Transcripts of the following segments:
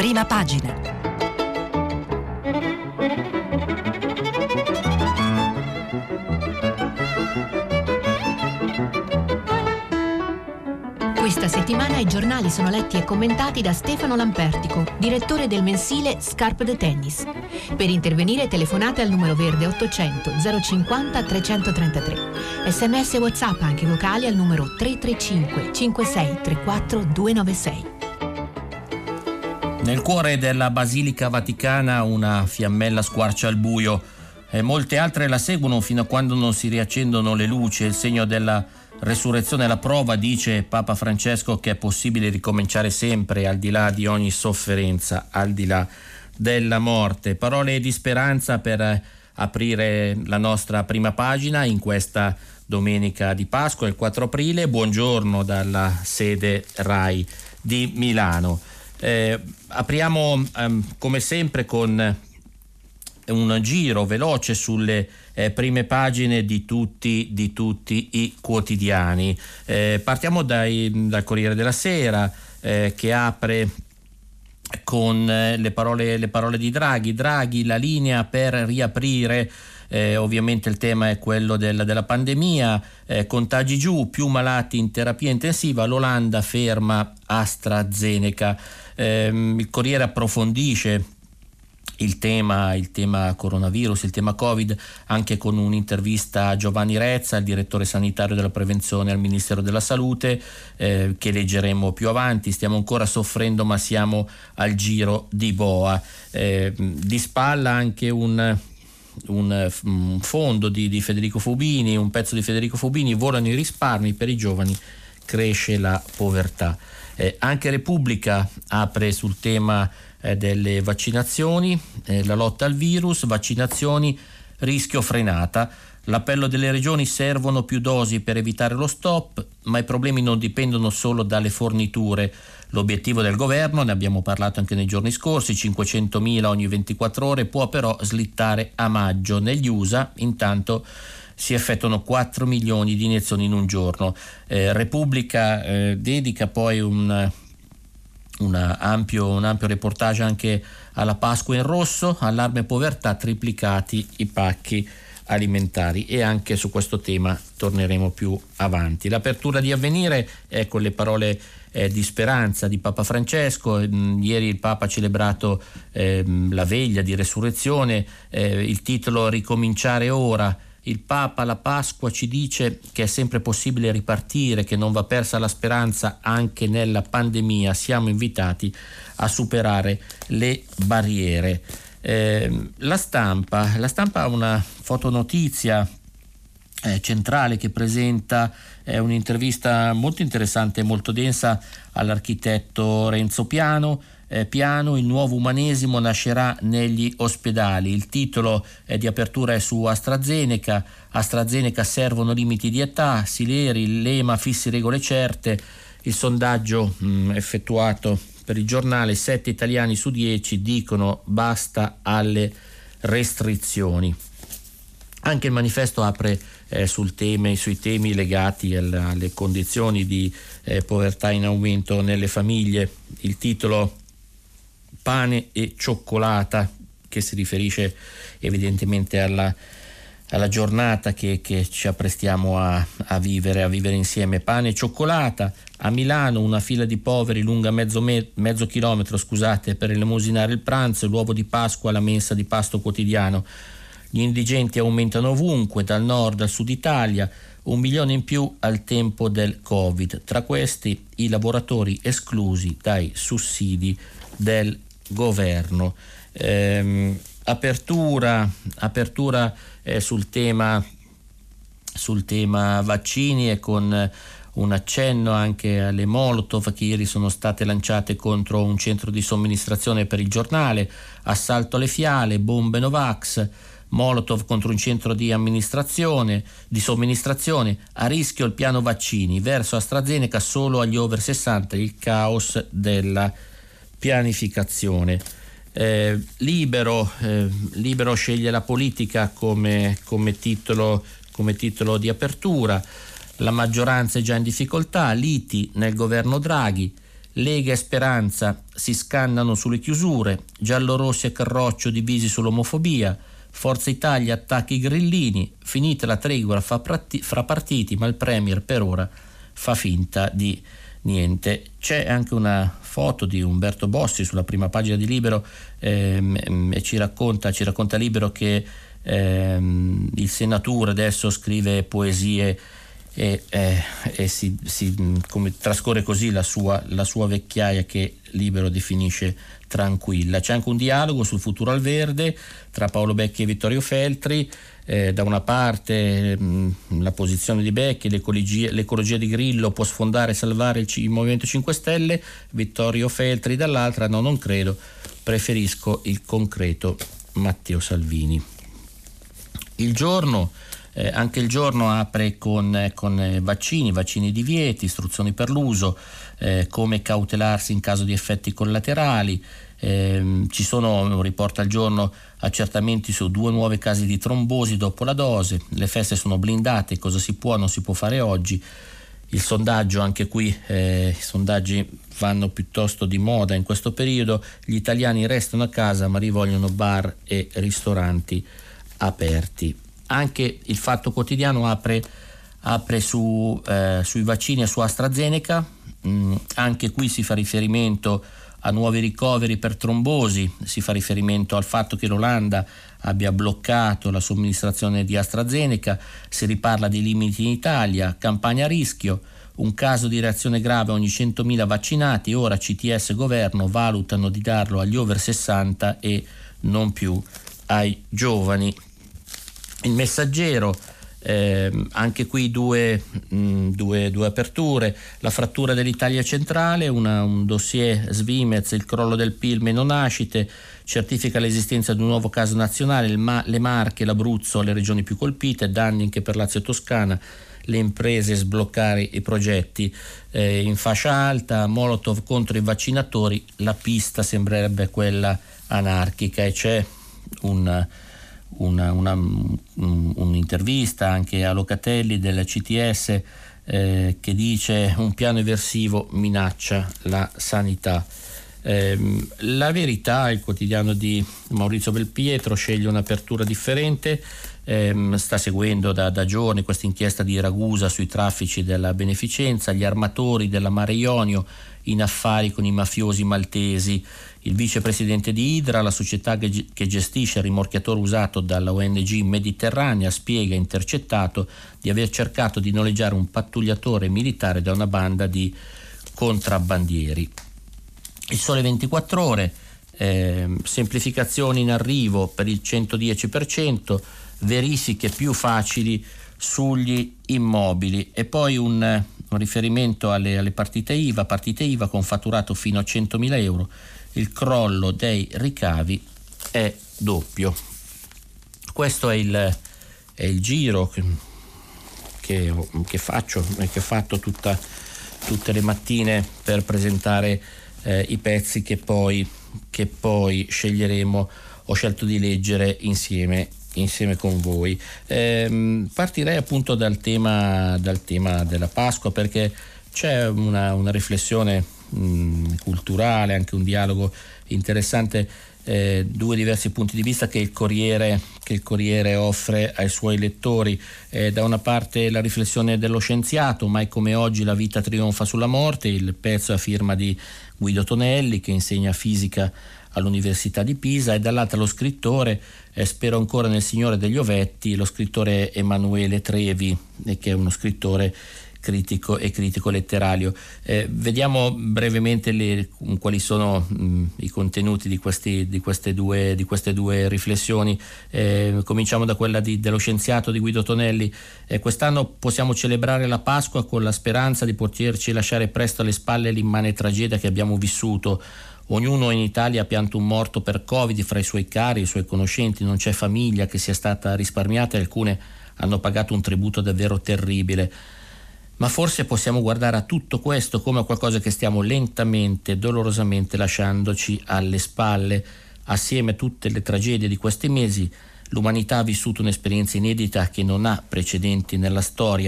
prima pagina. Questa settimana i giornali sono letti e commentati da Stefano Lampertico, direttore del mensile Scarpe de Tennis. Per intervenire telefonate al numero verde 800 050 333. SMS e WhatsApp anche vocali al numero 335 56 34 296. Nel cuore della Basilica Vaticana una fiammella squarcia al buio e molte altre la seguono fino a quando non si riaccendono le luci. Il segno della resurrezione è la prova, dice Papa Francesco, che è possibile ricominciare sempre al di là di ogni sofferenza, al di là della morte. Parole di speranza per aprire la nostra prima pagina in questa domenica di Pasqua, il 4 aprile. Buongiorno dalla sede RAI di Milano. Apriamo come sempre con un giro veloce sulle prime pagine di tutti i quotidiani. Partiamo dal Corriere della Sera, che apre con le parole di Draghi. Draghi, la linea per riaprire. Ovviamente il tema è quello della pandemia, contagi giù, più malati in terapia intensiva, l'Olanda ferma AstraZeneca. Il Corriere approfondisce il tema coronavirus, il tema Covid, anche con un'intervista a Giovanni Rezza, il direttore sanitario della prevenzione al Ministero della Salute, che leggeremo più avanti. Stiamo ancora soffrendo, ma siamo al giro di boa. Di spalla anche un fondo di Federico Fubini, un pezzo di Federico Fubini: volano i risparmi, per i giovani cresce la povertà. Anche Repubblica apre sul tema delle vaccinazioni, la lotta al virus, vaccinazioni, rischio frenata. L'appello delle regioni: servono più dosi per evitare lo stop, ma i problemi non dipendono solo dalle forniture. L'obiettivo del governo, ne abbiamo parlato anche nei giorni scorsi, 500.000 ogni 24 ore, può però slittare a maggio. Negli USA intanto si effettuano 4 milioni di iniezioni in un giorno. Repubblica dedica poi un ampio reportage anche alla Pasqua in rosso, allarme povertà, triplicati i pacchi alimentari, e anche su questo tema torneremo più avanti. L'apertura di Avvenire è con le parole di speranza di Papa Francesco. Ieri il Papa ha celebrato la veglia di resurrezione, il titolo ricominciare ora. Il Papa alla Pasqua ci dice che è sempre possibile ripartire, che non va persa la speranza anche nella pandemia. Siamo invitati a superare le barriere. La stampa ha una fotonotizia centrale che presenta un'intervista molto interessante e molto densa all'architetto Renzo Piano. Il nuovo umanesimo nascerà negli ospedali. Il titolo di apertura è su AstraZeneca. Servono limiti di età, Sileri, l'EMA fissi regole certe. Il sondaggio effettuato per il giornale: 7 italiani su 10 dicono basta alle restrizioni. Anche il Manifesto apre sui temi legati alle condizioni di povertà in aumento nelle famiglie. Il titolo: pane e cioccolata, che si riferisce evidentemente alla giornata che ci apprestiamo a vivere insieme. Pane e cioccolata. A Milano una fila di poveri lunga mezzo chilometro per elemosinare il pranzo, l'uovo di Pasqua, la mensa di pasto quotidiano. Gli indigenti aumentano ovunque, dal nord al sud Italia, 1 milione in più al tempo del Covid. Tra questi i lavoratori esclusi dai sussidi del governo. Apertura sul tema vaccini, e con un accenno anche alle Molotov che ieri sono state lanciate contro un centro di somministrazione per il giornale. Assalto alle fiale, bombe Novax, Molotov contro un centro di somministrazione, a rischio il piano vaccini, verso AstraZeneca solo agli over 60, il caos della pianificazione. Libero sceglie la politica come titolo di apertura. La maggioranza è già in difficoltà, liti nel governo Draghi, Lega e Speranza si scannano sulle chiusure, giallorossi e Carroccio divisi sull'omofobia, Forza Italia attacca i grillini, finita la tregua fra partiti, ma il Premier per ora fa finta di niente. C'è anche una foto di Umberto Bossi sulla prima pagina di Libero e ci racconta Libero che il senatore adesso scrive poesie e come trascorre così la sua vecchiaia, che Libero definisce tranquilla. C'è anche un dialogo sul futuro al verde tra Paolo Becchi e Vittorio Feltri. Da una parte la posizione di Becchi, l'ecologia di Grillo può sfondare e salvare il Movimento 5 Stelle, Vittorio Feltri dall'altra: no, non credo, preferisco il concreto Matteo Salvini. Il Giorno, anche il Giorno apre con vaccini divieti, istruzioni per l'uso, come cautelarsi in caso di effetti collaterali. Ci sono, riporta il Giorno, accertamenti su 2 nuovi casi di trombosi dopo la dose. Le feste sono blindate, cosa si può non si può fare oggi. Il sondaggio, anche qui i sondaggi vanno piuttosto di moda in questo periodo. Gli italiani restano a casa ma rivogliono bar e ristoranti aperti. Anche il Fatto Quotidiano apre sui vaccini e su AstraZeneca. Anche qui si fa riferimento a nuovi ricoveri per trombosi, si fa riferimento al fatto che l'Olanda abbia bloccato la somministrazione di AstraZeneca, si riparla di limiti in Italia, campagna a rischio, un caso di reazione grave ogni 100.000 vaccinati, ora CTS e governo valutano di darlo agli over 60 e non più ai giovani. Il Messaggero, anche qui due aperture: la frattura dell'Italia centrale, un dossier Svimez, il crollo del PIL meno nascite, certifica l'esistenza di un nuovo caso nazionale, le Marche, l'Abruzzo, le regioni più colpite, danni anche per Lazio e Toscana, le imprese sbloccare i progetti. In fascia alta, Molotov contro i vaccinatori, la pista sembrerebbe quella anarchica, e c'è un'intervista anche a Locatelli del CTS che dice: un piano eversivo minaccia la sanità. La Verità, il quotidiano di Maurizio Belpietro, sceglie un'apertura differente, sta seguendo da giorni questa inchiesta di Ragusa sui traffici della beneficenza, gli armatori della Mare Ionio in affari con i mafiosi maltesi, il vicepresidente di Idra, la società che gestisce il rimorchiatore usato dalla ONG Mediterranea, spiega, intercettato, di aver cercato di noleggiare un pattugliatore militare da una banda di contrabbandieri. Il Sole 24 Ore, semplificazioni in arrivo per il 110%, verifiche più facili sugli immobili, e poi un riferimento alle partite IVA con fatturato fino a 100.000 euro, il crollo dei ricavi è doppio. Questo è il giro che faccio e che ho fatto tutte le mattine per presentare i pezzi che poi sceglieremo. Ho scelto di leggere insieme con voi. Partirei appunto dal tema della Pasqua, perché c'è una riflessione culturale, anche un dialogo interessante, due diversi punti di vista che il Corriere offre ai suoi lettori. Da una parte la riflessione dello scienziato: mai come oggi la vita trionfa sulla morte, il pezzo a firma di Guido Tonelli, che insegna fisica all'Università di Pisa, e dall'altra lo scrittore, spero ancora nel Signore degli Ovetti, lo scrittore Emanuele Trevi, che è uno scrittore critico letterario. Vediamo brevemente quali sono i contenuti di queste due riflessioni. Cominciamo da quella dello scienziato di Guido Tonelli. Quest'anno possiamo celebrare la Pasqua con la speranza di poterci lasciare presto alle spalle l'immane tragedia che abbiamo vissuto. Ognuno in Italia ha pianto un morto per Covid fra i suoi cari, i suoi conoscenti, non c'è famiglia che sia stata risparmiata e alcune hanno pagato un tributo davvero terribile. Ma forse possiamo guardare a tutto questo come a qualcosa che stiamo lentamente, dolorosamente lasciandoci alle spalle. Assieme a tutte le tragedie di questi mesi, l'umanità ha vissuto un'esperienza inedita che non ha precedenti nella storia.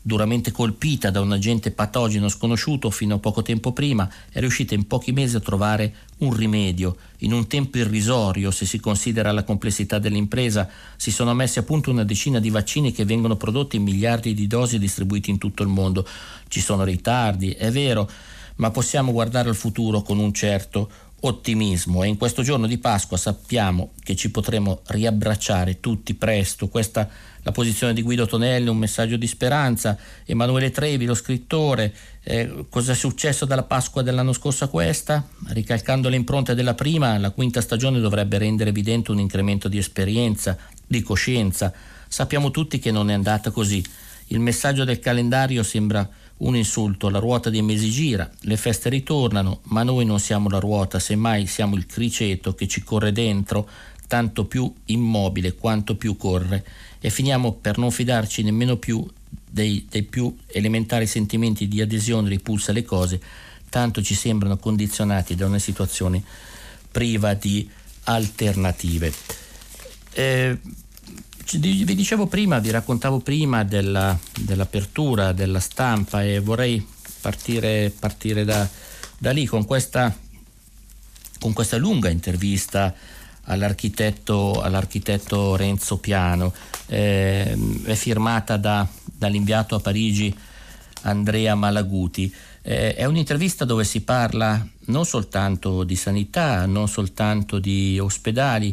duramente colpita da un agente patogeno sconosciuto fino a poco tempo prima, è riuscita in pochi mesi a trovare un rimedio. In un tempo irrisorio, se si considera la complessità dell'impresa, si sono messi a punto una decina di vaccini che vengono prodotti in miliardi di dosi distribuiti in tutto il mondo. Ci sono ritardi, è vero, ma possiamo guardare al futuro con un certo ottimismo, e in questo giorno di Pasqua sappiamo che ci potremo riabbracciare tutti presto. Questa la posizione di Guido Tonelli, un messaggio di speranza. Emanuele Trevi, lo scrittore, cosa è successo dalla Pasqua dell'anno scorso a questa? Ricalcando le impronte della prima, la quinta stagione dovrebbe rendere evidente un incremento di esperienza, di coscienza. Sappiamo tutti che non è andata così. Il messaggio del calendario sembra un insulto, la ruota dei mesi gira, le feste ritornano, ma noi non siamo la ruota, semmai siamo il criceto che ci corre dentro, tanto più immobile quanto più corre, e finiamo per non fidarci nemmeno più dei più elementari sentimenti di adesione, ripulsa alle cose, tanto ci sembrano condizionati da una situazione priva di alternative. Vi dicevo prima, vi raccontavo prima dell'apertura della stampa, e vorrei partire da lì con questa lunga intervista all'architetto Renzo Piano, è firmata dall'inviato a Parigi Andrea Malaguti. È un'intervista dove si parla non soltanto di sanità, non soltanto di ospedali.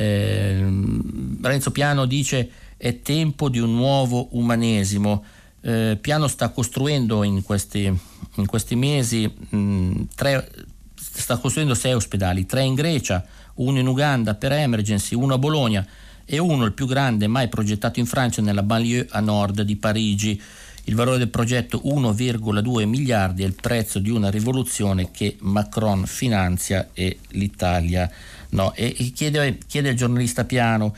Renzo Piano dice: è tempo di un nuovo umanesimo. Piano sta costruendo in questi mesi sta costruendo 6 ospedali, 3 in Grecia, uno in Uganda per emergency, uno a Bologna e uno, il più grande mai progettato in Francia, nella banlieue a nord di Parigi. Il valore del progetto 1,2 miliardi è il prezzo di una rivoluzione che Macron finanzia e l'Italia no. E chiede il giornalista Piano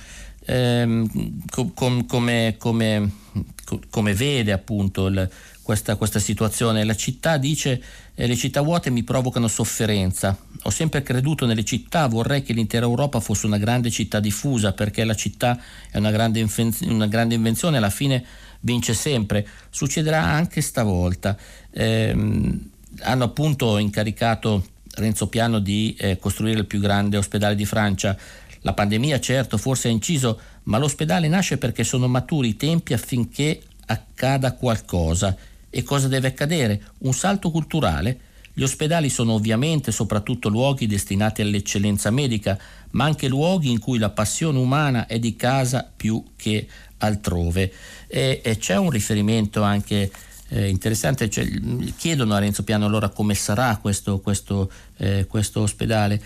come vede appunto questa situazione. La città, dice, le città vuote mi provocano sofferenza. Ho sempre creduto nelle città, vorrei che l'intera Europa fosse una grande città diffusa, perché la città è una grande invenzione, alla fine vince sempre. Succederà anche stavolta. Hanno appunto incaricato Renzo Piano di costruire il più grande ospedale di Francia. La pandemia certo forse ha inciso, ma l'ospedale nasce perché sono maturi i tempi affinché accada qualcosa. E cosa deve accadere? Un salto culturale. Gli ospedali sono ovviamente soprattutto luoghi destinati all'eccellenza medica, ma anche luoghi in cui la passione umana è di casa più che altrove. E c'è un riferimento anche interessante, cioè, chiedono a Renzo Piano allora come sarà questo ospedale.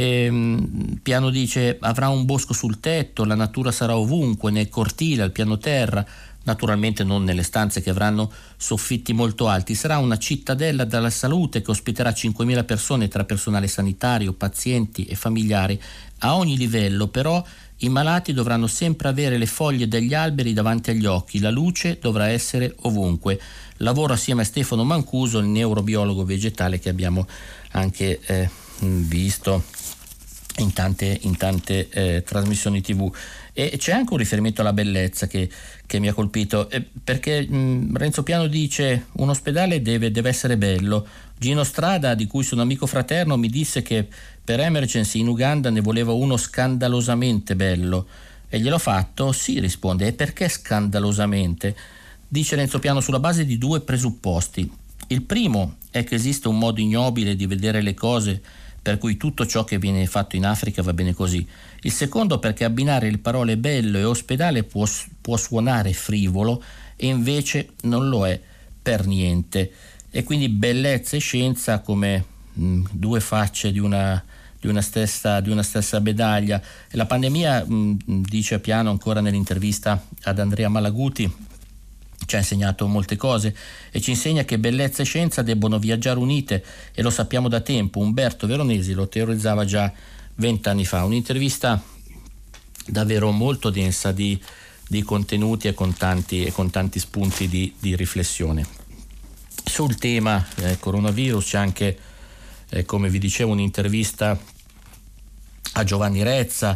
Piano dice: avrà un bosco sul tetto, la natura sarà ovunque, nel cortile, al piano terra, naturalmente non nelle stanze che avranno soffitti molto alti. Sarà una cittadella della salute che ospiterà 5.000 persone tra personale sanitario, pazienti e familiari. A ogni livello però i malati dovranno sempre avere le foglie degli alberi davanti agli occhi, la luce dovrà essere ovunque. Lavoro assieme a Stefano Mancuso, il neurobiologo vegetale che abbiamo anche visto in tante trasmissioni TV. E c'è anche un riferimento alla bellezza che mi ha colpito, perché Renzo Piano dice: un ospedale deve essere bello. Gino Strada, di cui sono amico fraterno, mi disse che per emergency in Uganda ne voleva uno scandalosamente bello, e gliel'ho fatto. Sì, risponde. E perché scandalosamente? Dice Renzo Piano, sulla base di 2 presupposti. Il primo è che esiste un modo ignobile di vedere le cose, per cui tutto ciò che viene fatto in Africa va bene così. Il secondo perché abbinare le parole bello e ospedale può suonare frivolo, e invece non lo è per niente. E quindi bellezza e scienza come 2 facce di una stessa medaglia. E la pandemia, dice Piano ancora nell'intervista ad Andrea Malaguti, ci ha insegnato molte cose, e ci insegna che bellezza e scienza debbono viaggiare unite, e lo sappiamo da tempo. Umberto Veronesi lo teorizzava già 20 anni fa. Un'intervista davvero molto densa di contenuti e con tanti spunti di riflessione. Sul tema coronavirus c'è anche, come vi dicevo, un'intervista a Giovanni Rezza,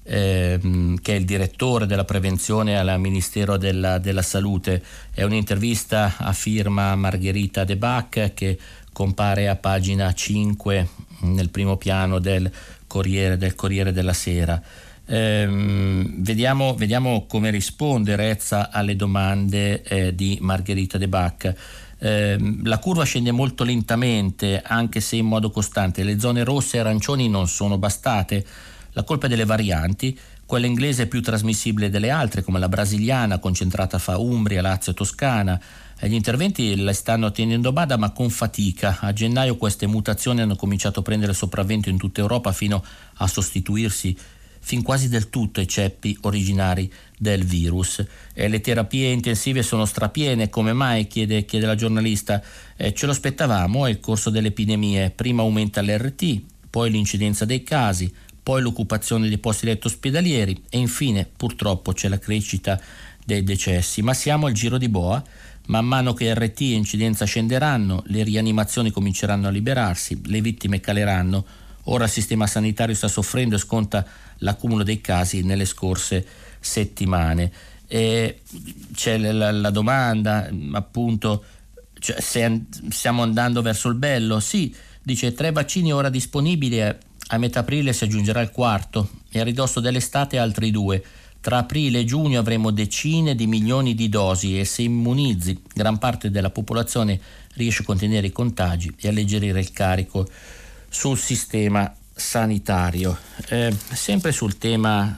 che è il direttore della prevenzione al Ministero della Salute. È un'intervista a firma Margherita De Bach che compare a pagina 5 nel primo piano del Corriere della Sera. Vediamo come risponde Rezza alle domande di Margherita De Bach. La curva scende molto lentamente, anche se in modo costante. Le zone rosse e arancioni non sono bastate. La colpa è delle varianti. Quella inglese è più trasmissibile delle altre, come la brasiliana, concentrata fra Umbria, Lazio e Toscana. Gli interventi le stanno tenendo a bada, ma con fatica. A gennaio queste mutazioni hanno cominciato a prendere sopravvento in tutta Europa, fino a sostituirsi fin quasi del tutto ai ceppi originari del virus. Le terapie intensive sono strapiene. Come mai? Chiede la giornalista. Ce lo aspettavamo, è il corso delle epidemie. Prima aumenta l'RT, poi l'incidenza dei casi, poi l'occupazione dei posti letto ospedalieri e infine purtroppo c'è la crescita dei decessi. Ma siamo al giro di boa. Man mano che RT e incidenza scenderanno, le rianimazioni cominceranno a liberarsi, le vittime caleranno. Ora il sistema sanitario sta soffrendo e sconta l'accumulo dei casi nelle scorse settimane. E c'è la domanda, appunto, cioè, se stiamo andando verso il bello. Sì, dice 3 vaccini ora disponibili, a metà aprile si aggiungerà il 4º e a ridosso dell'estate altri 2. Tra aprile e giugno avremo decine di milioni di dosi e se immunizzi gran parte della popolazione riesce a contenere i contagi e alleggerire il carico sul sistema sanitario. Sempre sul tema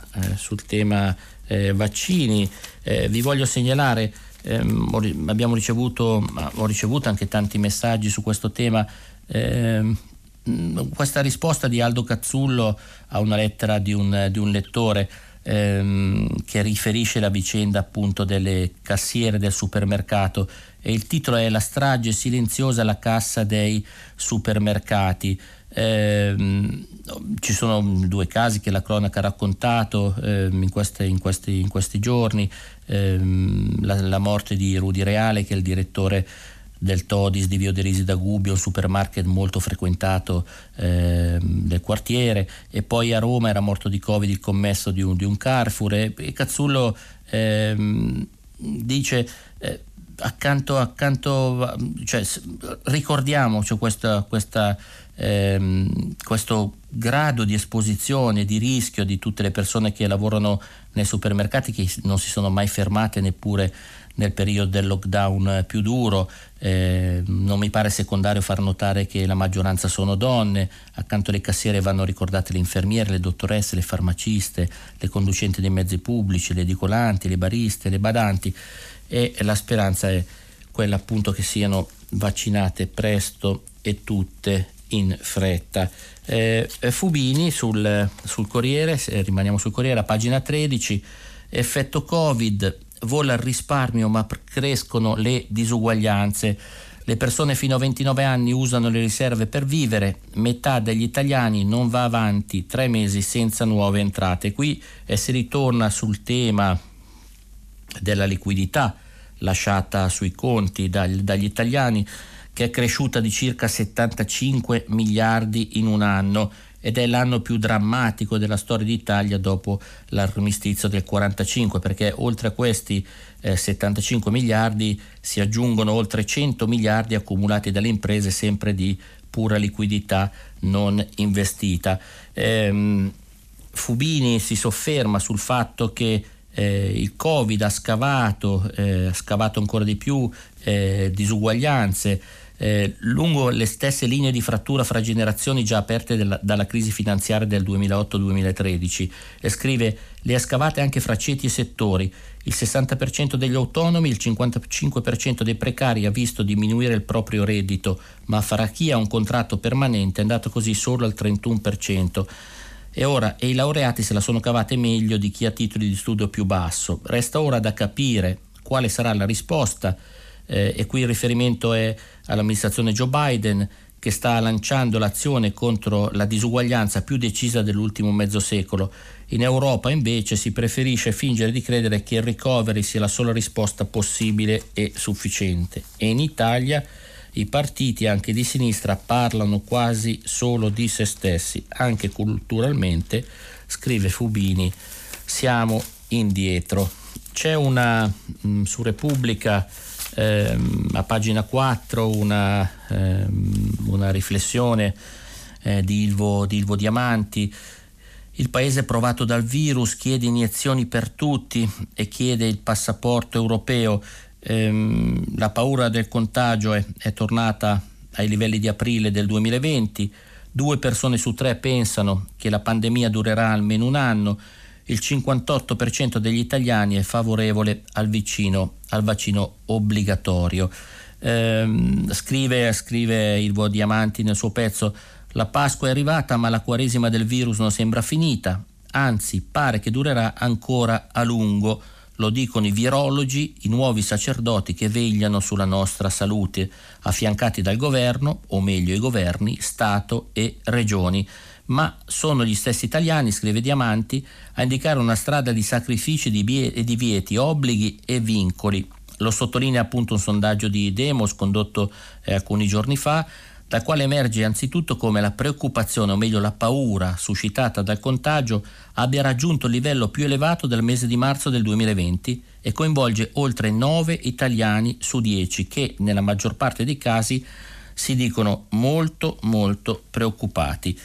vaccini, vi voglio segnalare, ho ricevuto anche tanti messaggi su questo tema, questa risposta di Aldo Cazzullo a una lettera di un lettore che riferisce la vicenda appunto delle cassiere del supermercato, e il titolo è "La strage silenziosa alla cassa dei supermercati". Ci sono 2 casi che la cronaca ha raccontato in questi giorni, la morte di Rudy Reale, che è il direttore del Todis di Via De Risi da Gubbio, un supermarket molto frequentato del quartiere, e poi a Roma era morto di Covid il commesso di un Carrefour, e Cazzullo dice cioè, ricordiamo, cioè, questo grado di esposizione, di rischio di tutte le persone che lavorano nei supermercati, che non si sono mai fermate neppure nel periodo del lockdown più duro. Non mi pare secondario far notare che la maggioranza sono donne. Accanto alle cassiere vanno ricordate le infermiere, le dottoresse, le farmaciste, le conducenti dei mezzi pubblici, le edicolanti, le bariste, le badanti, e la speranza è quella appunto che siano vaccinate presto e tutte in fretta. Fubini sul Corriere, rimaniamo sul Corriere, a pagina 13, effetto Covid, vola il risparmio ma crescono le disuguaglianze. Le persone fino a 29 anni usano le riserve per vivere, metà degli italiani non va avanti 3 mesi senza nuove entrate. Qui si ritorna sul tema della liquidità lasciata sui conti dagli italiani, che è cresciuta di circa 75 miliardi in un anno, ed è l'anno più drammatico della storia d'Italia dopo l'armistizio del 45, perché oltre a questi 75 miliardi si aggiungono oltre 100 miliardi accumulati dalle imprese, sempre di pura liquidità non investita. Fubini si sofferma sul fatto che il Covid ha scavato ancora di più disuguaglianze lungo le stesse linee di frattura fra generazioni già aperte dalla crisi finanziaria del 2008-2013, e scrive: le ha scavate anche fra ceti e settori. Il 60% degli autonomi, il 55% dei precari ha visto diminuire il proprio reddito, ma fra chi ha un contratto permanente è andato così solo al 31%. E i laureati se la sono cavate meglio di chi ha titoli di studio più basso. Resta ora da capire quale sarà la risposta, e qui il riferimento è all'amministrazione Joe Biden, che sta lanciando l'azione contro la disuguaglianza più decisa dell'ultimo mezzo secolo. In Europa invece si preferisce fingere di credere che il recovery sia la sola risposta possibile e sufficiente, e in Italia i partiti anche di sinistra parlano quasi solo di se stessi. Anche culturalmente scrive Fubini, siamo indietro. C'è una su Repubblica a pagina 4 una riflessione di Ilvo Diamanti. Il paese provato dal virus chiede iniezioni per tutti e chiede il passaporto europeo. La paura del contagio è tornata ai livelli di aprile del 2020. 2 persone su 3 pensano che la pandemia durerà almeno un anno. Il 58% degli italiani è favorevole al vaccino obbligatorio. Scrive Ilvo Diamanti nel suo pezzo: la Pasqua è arrivata, ma la quaresima del virus non sembra finita, anzi pare che durerà ancora a lungo. Lo dicono i virologi, i nuovi sacerdoti che vegliano sulla nostra salute, affiancati dal governo, o meglio i governi, Stato e Regioni. Ma sono gli stessi italiani, scrive Diamanti, a indicare una strada di sacrifici, di divieti, obblighi e vincoli. Lo sottolinea appunto un sondaggio di Demos condotto alcuni giorni fa, dal quale emerge anzitutto come la preoccupazione, o meglio la paura suscitata dal contagio, abbia raggiunto il livello più elevato del mese di marzo del 2020 e coinvolge oltre 9 italiani su 10 che nella maggior parte dei casi si dicono molto molto preoccupati.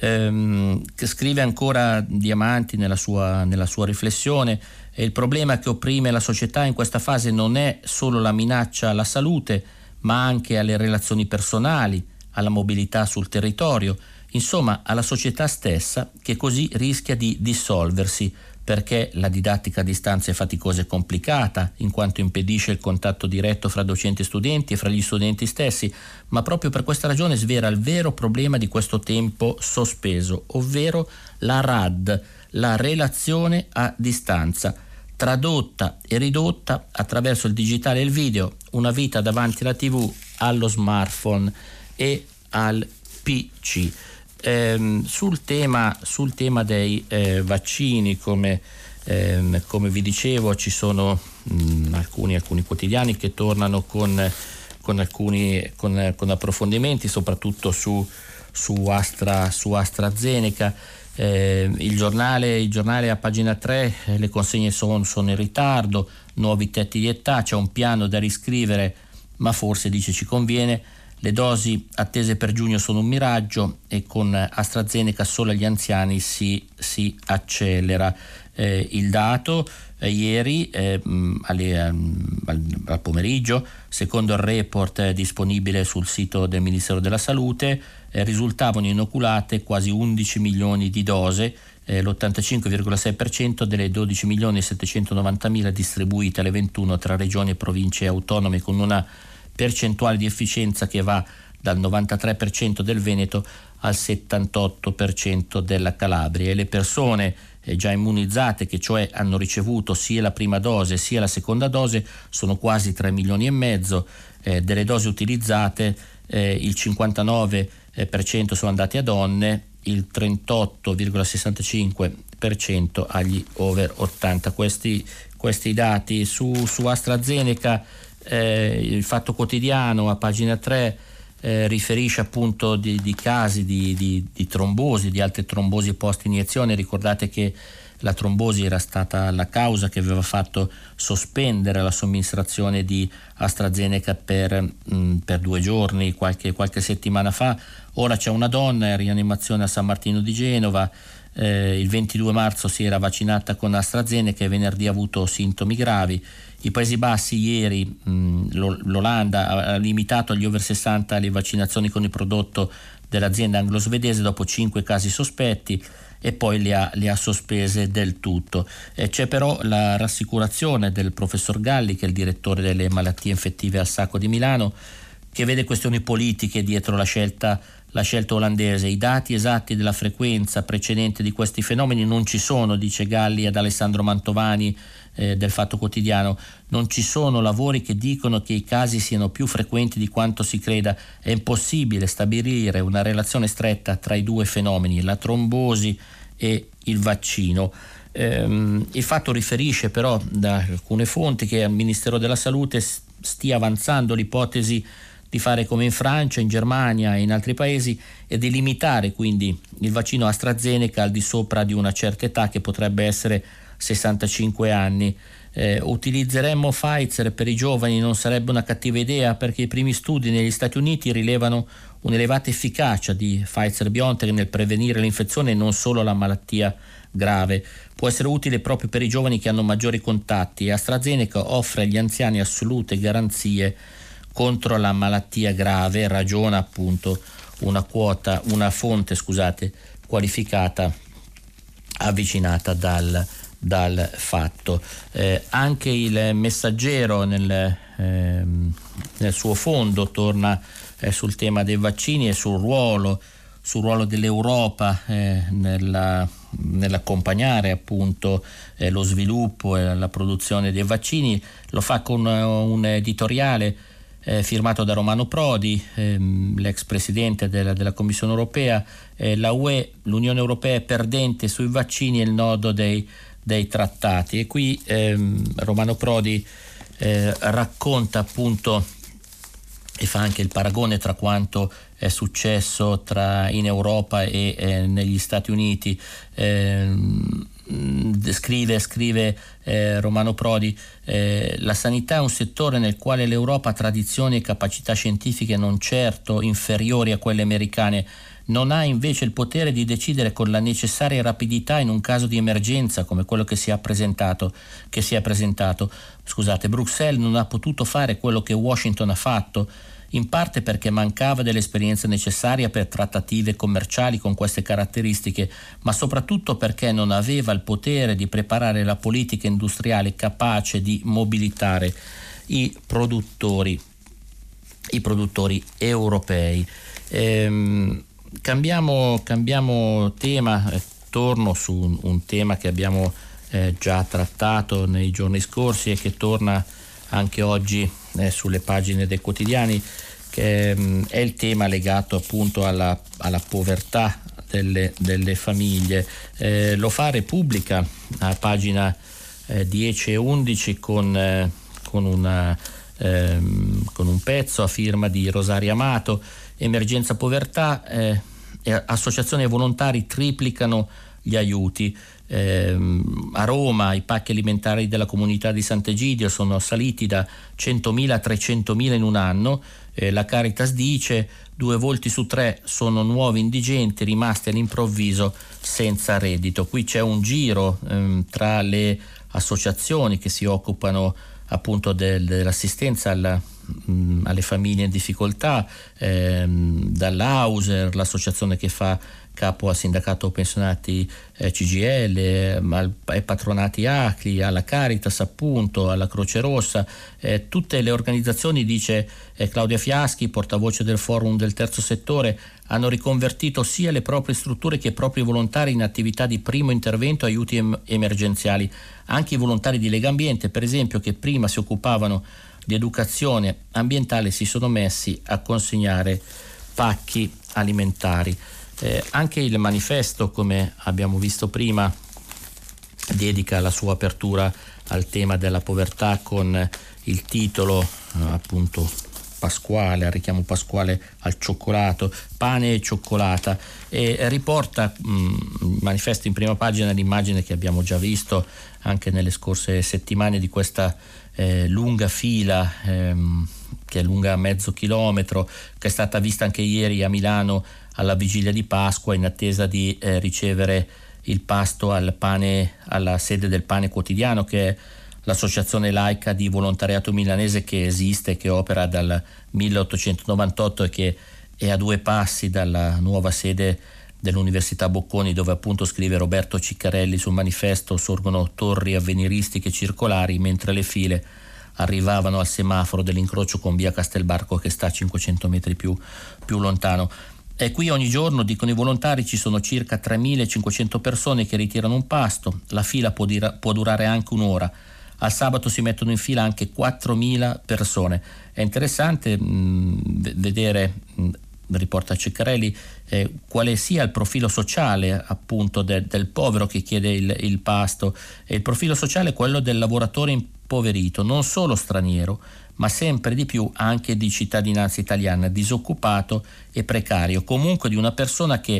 Scrive ancora Diamanti nella sua riflessione: il problema che opprime la società in questa fase non è solo la minaccia alla salute, ma anche alle relazioni personali, alla mobilità sul territorio, insomma alla società stessa, che così rischia di dissolversi, perché la didattica a distanza è faticosa e complicata, in quanto impedisce il contatto diretto fra docenti e studenti e fra gli studenti stessi, ma proprio per questa ragione svela il vero problema di questo tempo sospeso, ovvero la RAD, la relazione a distanza, tradotta e ridotta attraverso il digitale e il video, una vita davanti alla TV, allo smartphone e al PC. Sul tema dei vaccini, come vi dicevo, ci sono alcuni quotidiani che tornano con approfondimenti, soprattutto su AstraZeneca. Il giornale a pagina 3, le consegne sono in ritardo, nuovi tetti di età, c'è un piano da riscrivere, ma forse, dice, ci conviene. Le dosi attese per giugno sono un miraggio e con AstraZeneca solo agli anziani si accelera. Il dato ieri al pomeriggio, secondo il report disponibile sul sito del Ministero della Salute, risultavano inoculate quasi 11 milioni di dose, l'85,6% delle 12.790.000 distribuite alle 21 tra regioni e province autonome, con una percentuale di efficienza che va dal 93% del Veneto al 78% della Calabria, e le persone già immunizzate, che cioè hanno ricevuto sia la prima dose sia la seconda dose, sono quasi 3 milioni e mezzo. Delle dosi utilizzate il 59% sono andati a donne, il 38,65% agli over 80. Questi dati su AstraZeneca. Il Fatto Quotidiano a pagina 3 riferisce appunto di casi di trombosi, di altre trombosi post iniezione. Ricordate che la trombosi era stata la causa che aveva fatto sospendere la somministrazione di AstraZeneca per 2 giorni qualche settimana fa. Ora c'è una donna in rianimazione a San Martino di Genova, il 22 marzo si era vaccinata con AstraZeneca e venerdì ha avuto sintomi gravi. I Paesi Bassi ieri, l'Olanda ha limitato agli over 60 le vaccinazioni con il prodotto dell'azienda anglo-svedese dopo 5 casi sospetti e poi le ha sospese del tutto. C'è però la rassicurazione del professor Galli, che è il direttore delle malattie infettive al Sacco di Milano, che vede questioni politiche dietro la scelta olandese. I dati esatti della frequenza precedente di questi fenomeni non ci sono, dice Galli ad Alessandro Mantovani del Fatto Quotidiano. Non ci sono lavori che dicono che i casi siano più frequenti di quanto si creda. È impossibile stabilire una relazione stretta tra i due fenomeni, la trombosi e il vaccino. Il Fatto riferisce però da alcune fonti che al Ministero della Salute stia avanzando l'ipotesi di fare come in Francia, in Germania e in altri paesi e di limitare quindi il vaccino AstraZeneca al di sopra di una certa età, che potrebbe essere 65 anni. Utilizzeremmo Pfizer per i giovani? Non sarebbe una cattiva idea, perché i primi studi negli Stati Uniti rilevano un'elevata efficacia di Pfizer-BioNTech nel prevenire l'infezione e non solo la malattia grave. Può essere utile proprio per i giovani che hanno maggiori contatti, e AstraZeneca offre agli anziani assolute garanzie contro la malattia grave, ragiona appunto una fonte qualificata avvicinata dal fatto. Anche il Messaggero nel suo fondo torna sul tema dei vaccini e sul ruolo dell'Europa nell'accompagnare appunto lo sviluppo e la produzione dei vaccini. Lo fa con un editoriale firmato da Romano Prodi, l'ex presidente della Commissione europea. L'Unione Europea è perdente sui vaccini, è il nodo dei trattati. E qui Romano Prodi racconta appunto e fa anche il paragone tra quanto è successo in Europa e negli Stati Uniti. Scrive Romano Prodi: la sanità è un settore nel quale l'Europa ha tradizioni e capacità scientifiche non certo inferiori a quelle americane. Non ha invece il potere di decidere con la necessaria rapidità in un caso di emergenza come quello che si è presentato. Bruxelles non ha potuto fare quello che Washington ha fatto, in parte perché mancava dell'esperienza necessaria per trattative commerciali con queste caratteristiche, ma soprattutto perché non aveva il potere di preparare la politica industriale capace di mobilitare i produttori europei. Cambiamo tema, torno su un tema che abbiamo già trattato nei giorni scorsi e che torna anche oggi sulle pagine dei quotidiani, che è il tema legato appunto alla povertà delle famiglie. Lo fa Repubblica a pagina 10 e 11 con un pezzo a firma di Rosaria Amato. Emergenza povertà, associazioni e volontari triplicano gli aiuti. A Roma i pacchi alimentari della comunità di Sant'Egidio sono saliti da 100.000 a 300.000 in un anno. La Caritas dice 2 volti su 3 sono nuovi indigenti rimasti all'improvviso senza reddito. Qui c'è un giro tra le associazioni che si occupano appunto dell'assistenza alle famiglie in difficoltà, dall'Auser, l'associazione che fa capo al sindacato pensionati CGIL, ai patronati ACLI, alla Caritas appunto, alla Croce Rossa, tutte le organizzazioni, dice Claudia Fiaschi, portavoce del Forum del Terzo Settore, hanno riconvertito sia le proprie strutture che i propri volontari in attività di primo intervento e aiuti emergenziali. Anche i volontari di Legambiente, per esempio, che prima si occupavano di educazione ambientale, si sono messi a consegnare pacchi alimentari. Anche il Manifesto, come abbiamo visto prima, dedica la sua apertura al tema della povertà con il titolo appunto pasquale, al richiamo pasquale al cioccolato, pane e cioccolata, e riporta il Manifesto in prima pagina l'immagine che abbiamo già visto anche nelle scorse settimane di questa lunga fila che è lunga mezzo chilometro, che è stata vista anche ieri a Milano alla vigilia di Pasqua, in attesa di ricevere il pasto alla sede del Pane Quotidiano, che è l'associazione laica di volontariato milanese che esiste, che opera dal 1898 e che è a 2 passi dalla nuova sede dell'Università Bocconi, dove appunto, scrive Roberto Ciccarelli sul Manifesto, sorgono torri avveniristiche circolari, mentre le file arrivavano al semaforo dell'incrocio con via Castelbarco, che sta a 500 metri più lontano. E qui ogni giorno, dicono i volontari, ci sono circa 3.500 persone che ritirano un pasto. La fila può durare anche un'ora. Al sabato si mettono in fila anche 4.000 persone. È interessante vedere, riporta Ceccarelli, quale sia il profilo sociale appunto del povero che chiede il pasto. E il profilo sociale è quello del lavoratore impoverito, non solo straniero, ma sempre di più anche di cittadinanza italiana, disoccupato e precario, comunque di una persona che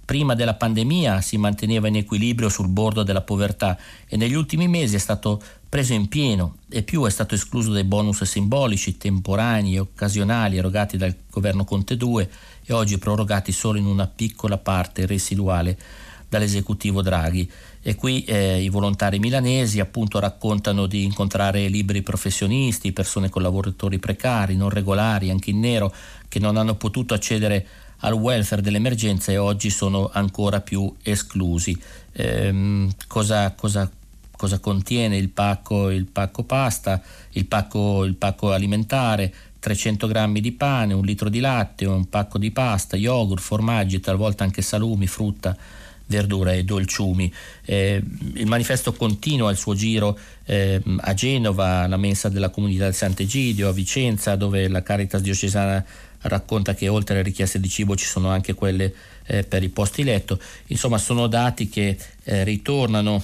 prima della pandemia si manteneva in equilibrio sul bordo della povertà e negli ultimi mesi è stato preso in pieno e più è stato escluso dai bonus simbolici, temporanei e occasionali erogati dal governo Conte 2 e oggi prorogati solo in una piccola parte residuale dall'esecutivo Draghi. E qui i volontari milanesi appunto raccontano di incontrare liberi professionisti, persone con lavoratori precari, non regolari, anche in nero, che non hanno potuto accedere al welfare dell'emergenza e oggi sono ancora più esclusi. Cosa contiene il pacco pasta, il pacco alimentare? 300 grammi di pane, 1 litro di latte, un pacco di pasta, yogurt, formaggi, talvolta anche salumi, frutta, verdura e dolciumi. Il manifesto continua il suo giro a Genova, alla mensa della comunità del Sant'Egidio, a Vicenza, dove la Caritas diocesana racconta che oltre alle richieste di cibo ci sono anche quelle per i posti letto. Insomma, sono dati che ritornano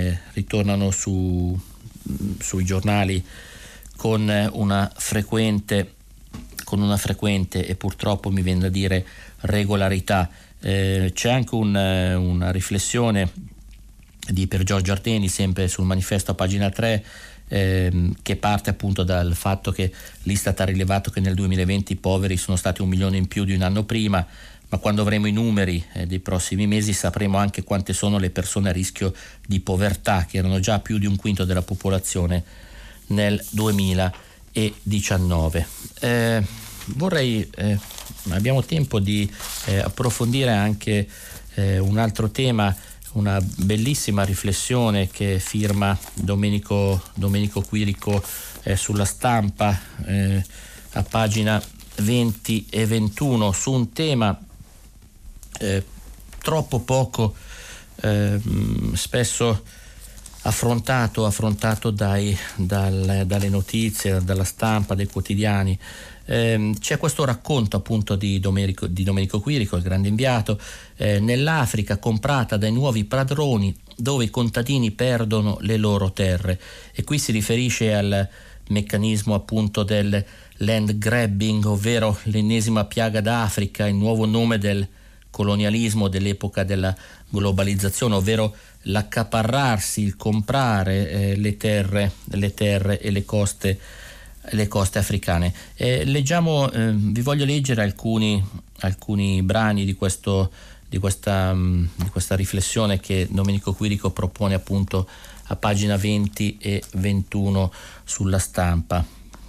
sui giornali con una frequente e purtroppo mi viene da dire regolarità. C'è anche una riflessione di Pier Giorgio Ardeni, sempre sul manifesto a pagina 3, che parte appunto dal fatto che l'Istat ha rilevato che nel 2020 i poveri sono stati 1 milione in più di un anno prima, ma quando avremo i numeri dei prossimi mesi sapremo anche quante sono le persone a rischio di povertà, che erano già più di 1/5 della popolazione nel 2019. Abbiamo tempo di approfondire anche un altro tema, una bellissima riflessione che firma Domenico Quirico sulla Stampa a pagina 20 e 21 su un tema troppo poco spesso affrontato dalle notizie, dalla stampa, dai quotidiani. C'è questo racconto appunto di Domenico Quirico, il grande inviato, nell'Africa comprata dai nuovi padroni, dove i contadini perdono le loro terre, e qui si riferisce al meccanismo appunto del land grabbing, ovvero l'ennesima piaga d'Africa, il nuovo nome del colonialismo dell'epoca della globalizzazione, ovvero l'accaparrarsi, il comprare le terre e le coste africane. Vi voglio leggere alcuni brani di questa riflessione che Domenico Quirico propone appunto a pagina 20 e 21 sulla Stampa.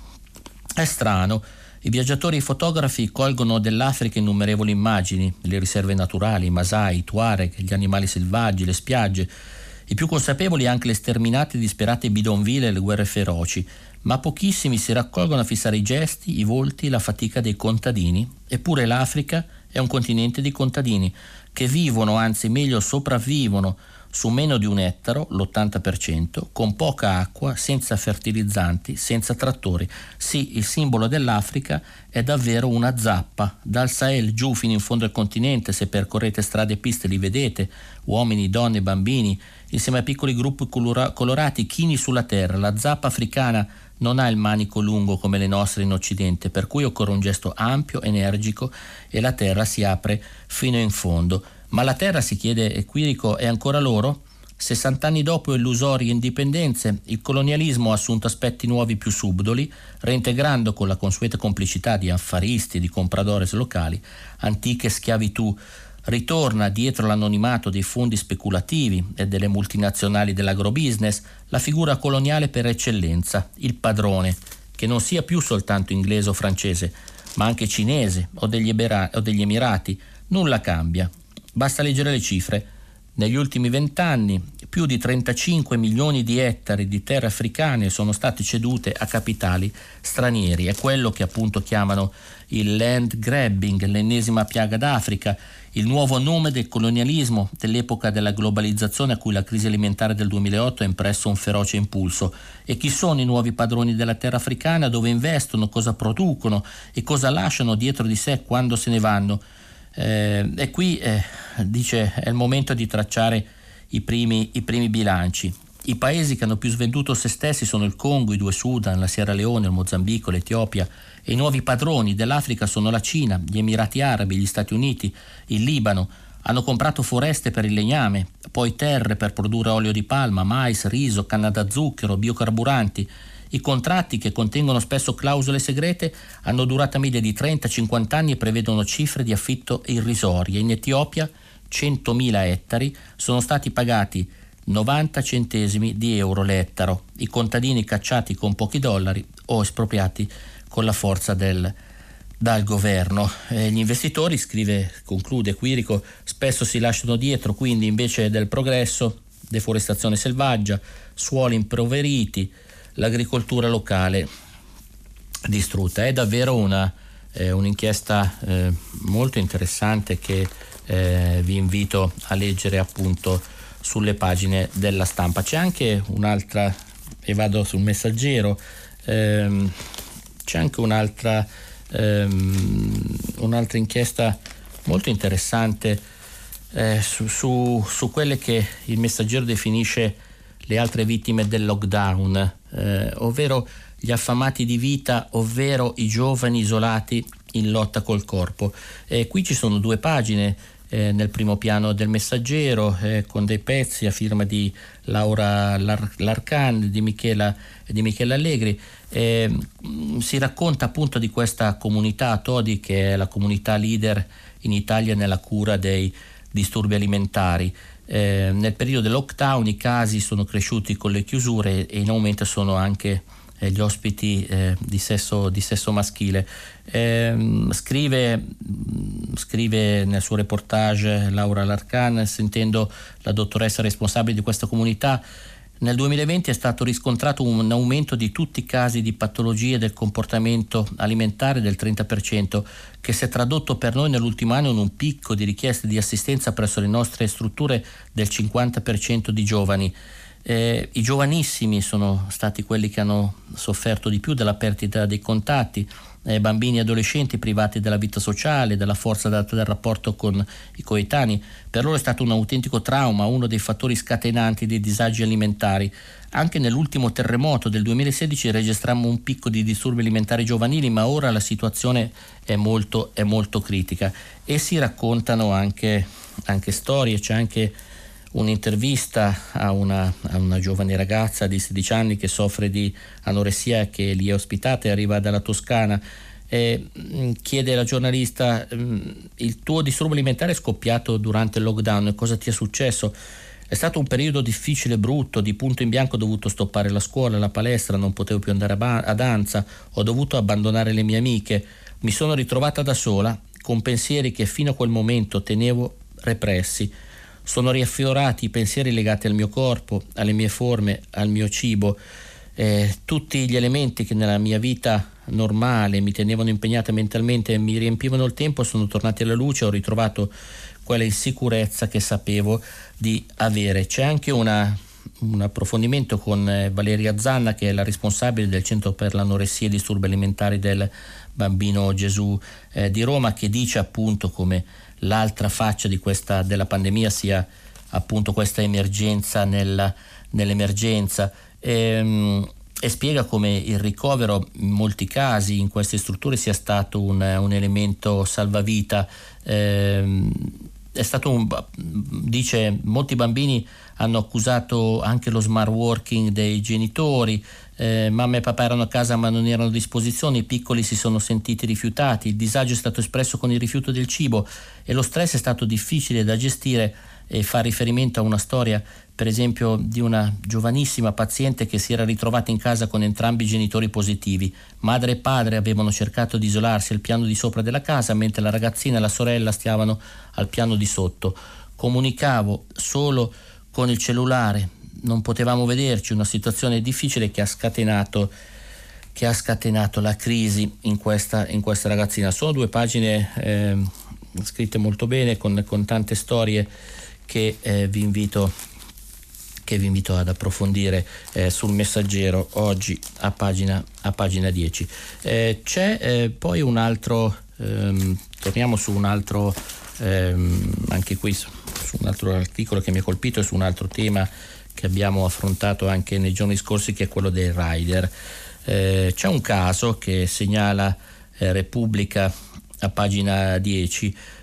È strano. I viaggiatori e i fotografi colgono dell'Africa innumerevoli immagini, le riserve naturali, i masai, i tuareg, gli animali selvaggi, le spiagge, i più consapevoli anche le sterminate e disperate bidonville e le guerre feroci, ma pochissimi si raccolgono a fissare i gesti, i volti, la fatica dei contadini. Eppure l'Africa è un continente di contadini che vivono, anzi meglio sopravvivono, su meno di 1 ettaro, l'80%, con poca acqua, senza fertilizzanti, senza trattori. Sì, il simbolo dell'Africa è davvero una zappa. Dal Sahel giù fino in fondo al continente, se percorrete strade e piste li vedete, uomini, donne, bambini, insieme a piccoli gruppi colorati chini sulla terra. La zappa africana non ha il manico lungo come le nostre in Occidente, per cui occorre un gesto ampio, energico, e la terra si apre fino in fondo. Ma la terra, si chiede Quirico, è ancora loro? 60 anni dopo illusorie indipendenze, il colonialismo ha assunto aspetti nuovi più subdoli, reintegrando con la consueta complicità di affaristi e di compradores locali antiche schiavitù. Ritorna dietro l'anonimato dei fondi speculativi e delle multinazionali dell'agrobusiness la figura coloniale per eccellenza, il padrone, che non sia più soltanto inglese o francese, ma anche cinese o degli Emirati. Nulla cambia. Basta leggere le cifre. Negli ultimi 20 anni più di 35 milioni di ettari di terre africane sono state cedute a capitali stranieri. È quello che appunto chiamano il land grabbing, l'ennesima piaga d'Africa, il nuovo nome del colonialismo dell'epoca della globalizzazione a cui la crisi alimentare del 2008 ha impresso un feroce impulso. E chi sono i nuovi padroni della terra africana? Dove investono? Cosa producono? E cosa lasciano dietro di sé quando se ne vanno? E qui dice è il momento di tracciare i primi bilanci. I paesi che hanno più svenduto se stessi sono il Congo, i 2 Sudan, la Sierra Leone, il Mozambico, l'Etiopia, e i nuovi padroni dell'Africa sono la Cina, gli Emirati Arabi, gli Stati Uniti, il Libano, Hanno comprato foreste per il legname, poi terre per produrre olio di palma, mais, riso, canna da zucchero, biocarburanti. I contratti, che contengono spesso clausole segrete, hanno durata media di 30-50 anni e prevedono cifre di affitto irrisorie. In Etiopia 100.000 ettari sono stati pagati 90 centesimi di euro l'ettaro. I contadini cacciati con pochi dollari o espropriati con la forza dal governo. Gli investitori, conclude Quirico, spesso si lasciano dietro, quindi invece del progresso, deforestazione selvaggia, suoli impoveriti, l'agricoltura locale distrutta. È davvero un'inchiesta molto interessante che vi invito a leggere appunto sulle pagine della Stampa. C'è anche un'altra, e vado sul Messaggero, c'è anche un'altra inchiesta molto interessante su quelle che il Messaggero definisce le altre vittime del lockdown, ovvero gli affamati di vita, ovvero i giovani isolati in lotta col corpo. Qui ci sono 2 pagine nel primo piano del Messaggero, con dei pezzi a firma di Laura Larcan, di Michela Allegri. Si racconta appunto di questa comunità Todi, che è la comunità leader in Italia nella cura dei disturbi alimentari. Nel periodo del lockdown i casi sono cresciuti con le chiusure e in aumento sono anche gli ospiti di sesso maschile. Scrive nel suo reportage Laura Larcan, sentendo la dottoressa responsabile di questa comunità: nel 2020 è stato riscontrato un aumento di tutti i casi di patologie del comportamento alimentare del 30%, che si è tradotto per noi nell'ultimo anno in un picco di richieste di assistenza presso le nostre strutture del 50% di giovani. I giovanissimi sono stati quelli che hanno sofferto di più della perdita dei contatti, bambini e adolescenti privati della vita sociale, della forza data dal rapporto con i coetanei. Per loro è stato un autentico trauma, uno dei fattori scatenanti dei disagi alimentari. Anche nell'ultimo terremoto del 2016 registrammo un picco di disturbi alimentari giovanili, ma ora la situazione è molto critica, e si raccontano anche storie. C'è anche un'intervista a una giovane ragazza di 16 anni che soffre di anoressia, che lì è ospitata e arriva dalla Toscana. Chiede alla giornalista: il tuo disturbo alimentare è scoppiato durante il lockdown, cosa ti è successo? È stato un periodo difficile, brutto, di punto in bianco. Ho dovuto stoppare la scuola, la palestra, non potevo più andare a danza, ho dovuto abbandonare le mie amiche, mi sono ritrovata da sola con pensieri che fino a quel momento tenevo repressi. Sono riaffiorati i pensieri legati al mio corpo, alle mie forme, al mio cibo. Tutti gli elementi che nella mia vita normale mi tenevano impegnata mentalmente e mi riempivano il tempo sono tornati alla luce. Ho ritrovato quella insicurezza che sapevo di avere. C'è anche un approfondimento con Valeria Zanna, che è la responsabile del Centro per l'anoressia e disturbi alimentari del Bambino Gesù di Roma, che dice appunto come l'altra faccia della pandemia sia appunto questa emergenza nell'emergenza, e spiega come il ricovero in molti casi in queste strutture sia stato un elemento salvavita. È stato dice, molti bambini hanno accusato anche lo smart working dei genitori. Mamma e papà erano a casa ma non erano a disposizione, i piccoli si sono sentiti rifiutati, il disagio è stato espresso con il rifiuto del cibo e lo stress è stato difficile da gestire. E fa riferimento a una storia, per esempio, di una giovanissima paziente che si era ritrovata in casa con entrambi i genitori positivi. Madre e padre avevano cercato di isolarsi al piano di sopra della casa, mentre la ragazzina e la sorella stavano al piano di sotto. Comunicavo solo con il cellulare, non potevamo vederci, una situazione difficile che ha scatenato la crisi in questa ragazzina. Sono 2 pagine scritte molto bene, con tante storie che vi invito ad approfondire sul Messaggero oggi a pagina 10. C'è poi un altro, torniamo su un altro, anche qui su un altro articolo che mi ha colpito e su un altro tema che abbiamo affrontato anche nei giorni scorsi, che è quello dei rider. C'è un caso che segnala Repubblica a pagina 10,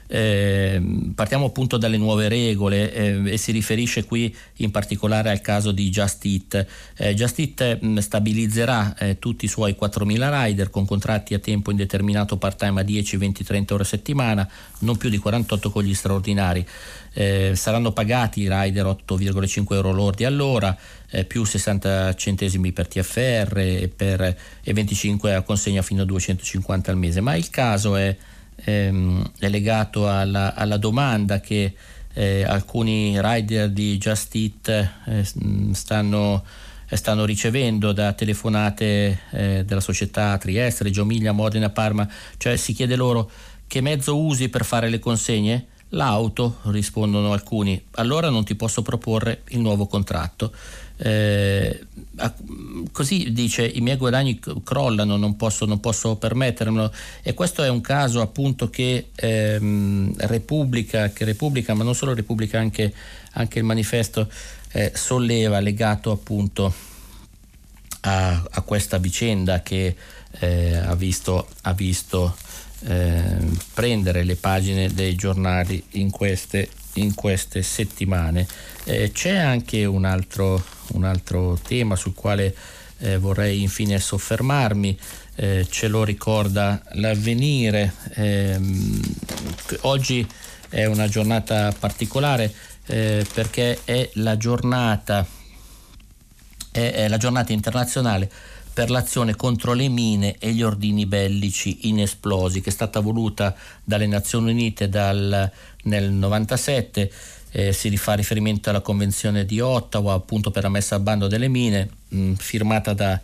Partiamo appunto dalle nuove regole e si riferisce qui in particolare al caso di Just Eat. Just Eat stabilizzerà tutti i suoi 4.000 rider con contratti a tempo indeterminato part-time a 10, 20, 30 ore a settimana, non più di 48 con gli straordinari. Saranno pagati i rider 8,5 euro lordi all'ora, più 60 centesimi per TFR e 25 a consegna fino a 250 al mese. Ma il caso è legato alla domanda che alcuni rider di Just Eat stanno ricevendo da telefonate della società Trieste, Reggio Emilia, Modena, Parma. Cioè si chiede loro: che mezzo usi per fare le consegne? L'auto, rispondono alcuni. Allora non ti posso proporre il nuovo contratto. Così dice: i miei guadagni crollano, non posso permettermelo. E questo è un caso appunto che Repubblica, ma non solo Repubblica, anche il Manifesto solleva, legato appunto a questa vicenda che ha visto prendere le pagine dei giornali in queste settimane. C'è anche un altro tema sul quale vorrei infine soffermarmi, ce lo ricorda l'Avvenire. Oggi è una giornata particolare perché è la giornata internazionale per l'azione contro le mine e gli ordigni bellici inesplosi, che è stata voluta dalle Nazioni Unite nel 97. Si rifà riferimento alla Convenzione di Ottawa, appunto, per la messa al bando delle mine, firmata da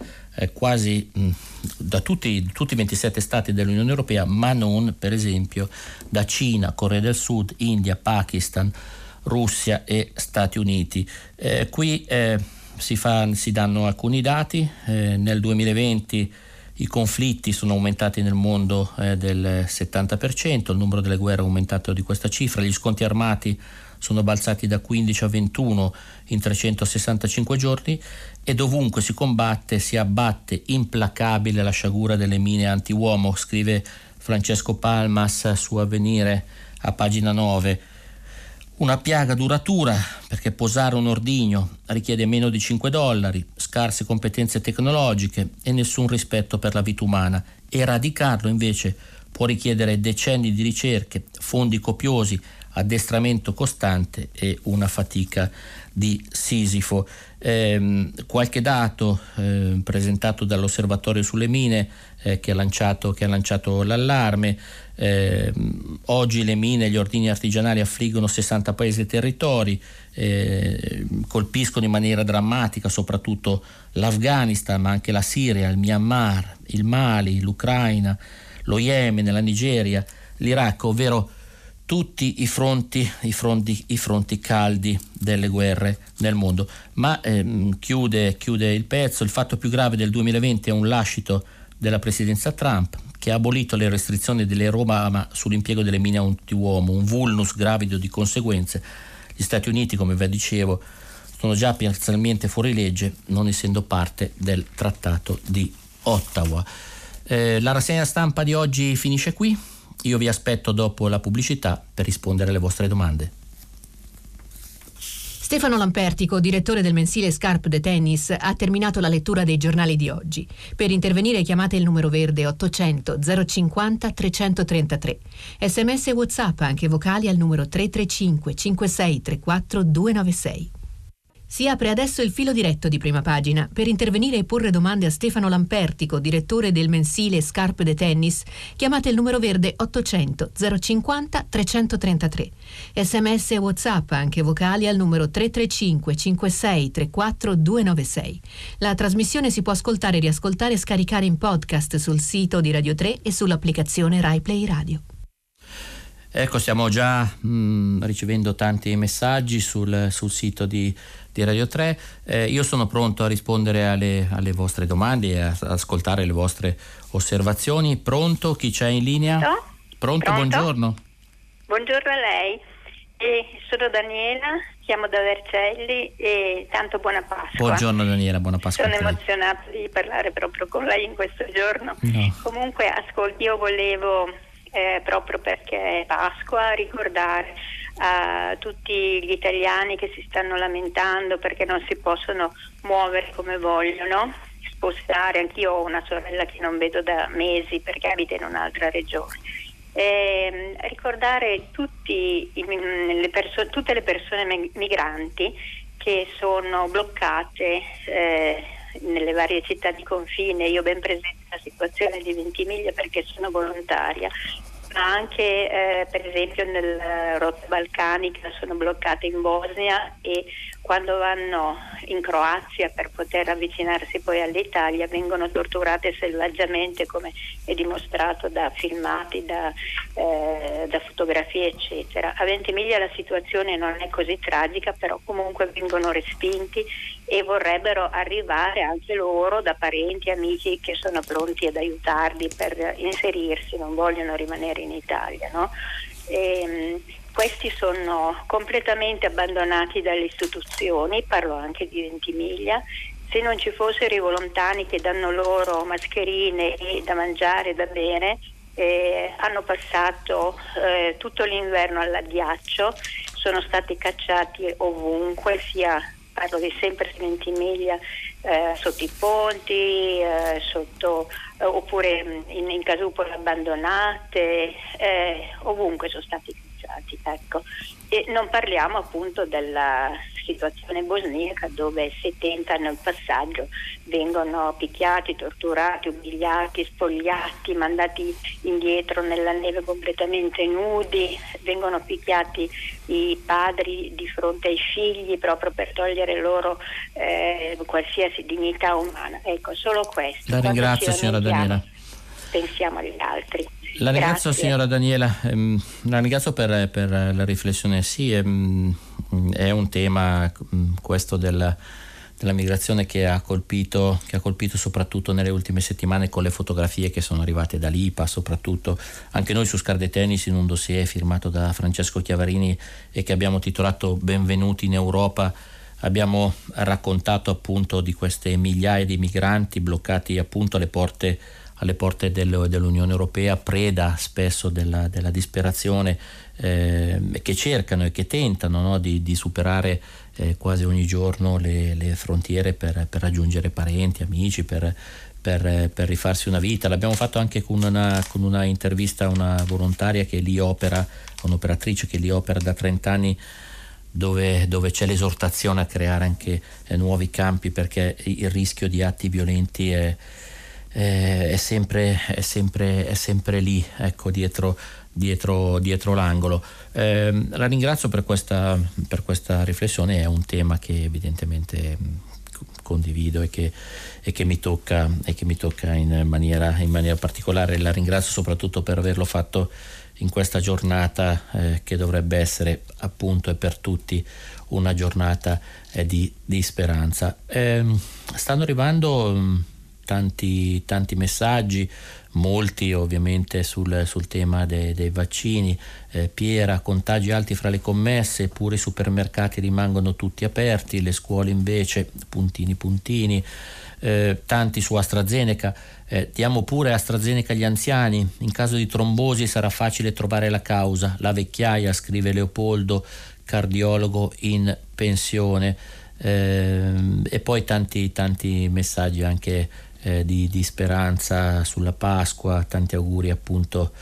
tutti i 27 stati dell'Unione Europea, ma non per esempio da Cina, Corea del Sud, India, Pakistan, Russia e Stati Uniti. Qui si danno alcuni dati. Nel 2020 i conflitti sono aumentati nel mondo del 70%, il numero delle guerre è aumentato di questa cifra, gli scontri armati sono balzati da 15 a 21 in 365 giorni e dovunque si combatte si abbatte implacabile la sciagura delle mine anti-uomo, scrive Francesco Palmas su Avvenire a pagina 9. Una piaga duratura, perché posare un ordigno richiede meno di $5, scarse competenze tecnologiche e nessun rispetto per la vita umana. Eradicarlo invece può richiedere decenni di ricerche, fondi copiosi, addestramento costante e una fatica di Sisifo. Qualche dato presentato dall'Osservatorio sulle mine che ha lanciato l'allarme. Oggi le mine e gli ordigni artigianali affliggono 60 paesi e territori, colpiscono in maniera drammatica soprattutto l'Afghanistan, ma anche la Siria, il Myanmar, il Mali, l'Ucraina, lo Yemen, la Nigeria, l'Iraq, ovvero tutti i fronti caldi delle guerre nel mondo. Ma chiude il pezzo: il fatto più grave del 2020 è un lascito della presidenza Trump, che ha abolito le restrizioni dell'Obama sull'impiego delle mine antiuomo, un vulnus gravido di conseguenze. Gli Stati Uniti, come vi dicevo, sono già parzialmente fuori legge, non essendo parte del Trattato di Ottawa. La rassegna stampa di oggi finisce qui. Io vi aspetto dopo la pubblicità per rispondere alle vostre domande. Stefano Lampertico, direttore del mensile Scarpe de Tennis, ha terminato la lettura dei giornali di oggi. Per intervenire chiamate il numero verde 800 050 333. SMS e WhatsApp anche vocali al numero 335 5634 296. Si apre adesso il filo diretto di Prima Pagina. Per intervenire e porre domande a Stefano Lampertico, direttore del mensile Scarpe de Tennis, chiamate il numero verde 800 050 333. SMS e WhatsApp anche vocali al numero 335 5634 296. La trasmissione si può ascoltare, riascoltare e scaricare in podcast sul sito di Radio 3 e sull'applicazione Rai Play Radio. Ecco, stiamo già ricevendo tanti messaggi sul sito di Radio 3. Io sono pronto a rispondere alle vostre domande e a ascoltare le vostre osservazioni. Pronto? Chi c'è in linea? Pronto? Buongiorno. Buongiorno a lei. Sono Daniela, chiamo da Vercelli e tanto buona Pasqua. Buongiorno Daniela, buona Pasqua. Sono emozionata di parlare proprio con lei in questo giorno. No. Comunque, ascolti, io volevo proprio perché è Pasqua, ricordare a tutti gli italiani che si stanno lamentando perché non si possono muovere come vogliono, spostare. Anch'io ho una sorella che non vedo da mesi perché abita in un'altra regione. Ricordare tutte le persone migranti che sono bloccate nelle varie città di confine. Io ho ben presente la situazione di Ventimiglia perché sono volontaria, ma anche per esempio nella rotta balcanica sono bloccate in Bosnia, e quando vanno in Croazia per poter avvicinarsi poi all'Italia vengono torturate selvaggiamente, come è dimostrato da filmati, da fotografie eccetera. A Ventimiglia la situazione non è così tragica, però comunque vengono respinti e vorrebbero arrivare anche loro da parenti, amici che sono pronti ad aiutarli per inserirsi, non vogliono rimanere in Italia, no? Questi sono completamente abbandonati dalle istituzioni, parlo anche di Ventimiglia. Se non ci fossero i volontari che danno loro mascherine e da mangiare e da bere, hanno passato tutto l'inverno all'addiaccio, sono stati cacciati ovunque, parlo di sempre di Ventimiglia, sotto i ponti, oppure in casupole abbandonate, ovunque sono stati cacciati, ecco. E non parliamo appunto della situazione bosniaca, dove se tentano il passaggio vengono picchiati, torturati, umiliati, spogliati, mandati indietro nella neve completamente nudi, vengono picchiati i padri di fronte ai figli proprio per togliere loro qualsiasi dignità umana. Ecco, solo questo. La ringrazio, signora Daniela. Pensiamo agli altri. La ringrazio, signora Daniela, la ringrazio per la riflessione. Sì, è un tema questo della migrazione che ha colpito soprattutto nelle ultime settimane, con le fotografie che sono arrivate dall'IPA, soprattutto anche noi su Scar de Tennis, in un dossier firmato da Francesco Chiavarini e che abbiamo titolato Benvenuti in Europa. Abbiamo raccontato appunto di queste migliaia di migranti bloccati appunto alle porte dell'Unione Europea, preda spesso della disperazione, che cercano e che tentano, no, di superare quasi ogni giorno le frontiere per raggiungere parenti, amici, per rifarsi una vita. L'abbiamo fatto anche con una intervista a una volontaria che lì opera, un'operatrice che lì opera da 30 anni, dove c'è l'esortazione a creare anche nuovi campi, perché il rischio di atti violenti è sempre lì, ecco, dietro l'angolo. La ringrazio per questa riflessione. È un tema che evidentemente condivido e che mi tocca in maniera particolare. La ringrazio soprattutto per averlo fatto in questa giornata che dovrebbe essere appunto e per tutti una giornata di speranza. Stanno arrivando tanti messaggi, molti ovviamente sul tema dei vaccini. Piera: contagi alti fra le commesse, pure i supermercati rimangono tutti aperti, le scuole invece puntini. Tanti su AstraZeneca: diamo pure AstraZeneca agli anziani, in caso di trombosi sarà facile trovare la causa, la vecchiaia, scrive Leopoldo, cardiologo in pensione. E poi tanti messaggi anche di speranza sulla Pasqua, tanti auguri appunto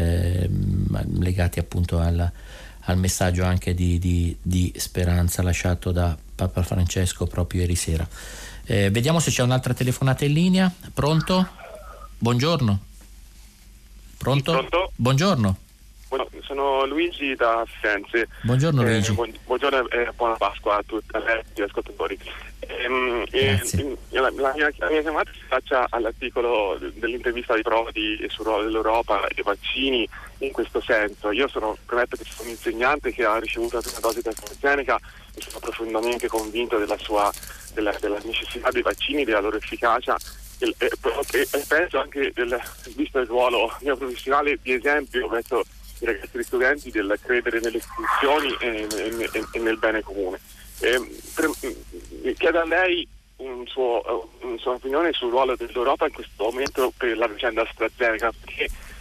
legati appunto al messaggio anche di speranza lasciato da Papa Francesco proprio ieri sera. Vediamo se c'è un'altra telefonata in linea. Pronto? Buongiorno. Pronto? Buongiorno. Sono Luigi da Firenze. Buongiorno Luigi. Buongiorno e buona Pasqua a tutti gli ascoltatori. La mia chiamata si faccia all'articolo dell'intervista di Prodi sul ruolo dell'Europa e dei vaccini in questo senso. Io premetto che sono un insegnante che ha ricevuto la prima dose di AstraZeneca e sono profondamente convinto della necessità dei vaccini, della loro efficacia e penso anche, visto il ruolo mio professionale, di esempio verso i ragazzi e gli studenti del credere nelle istituzioni e nel bene comune. Chiedo a lei una sua opinione sul ruolo dell'Europa in questo momento per la vicenda AstraZeneca, perché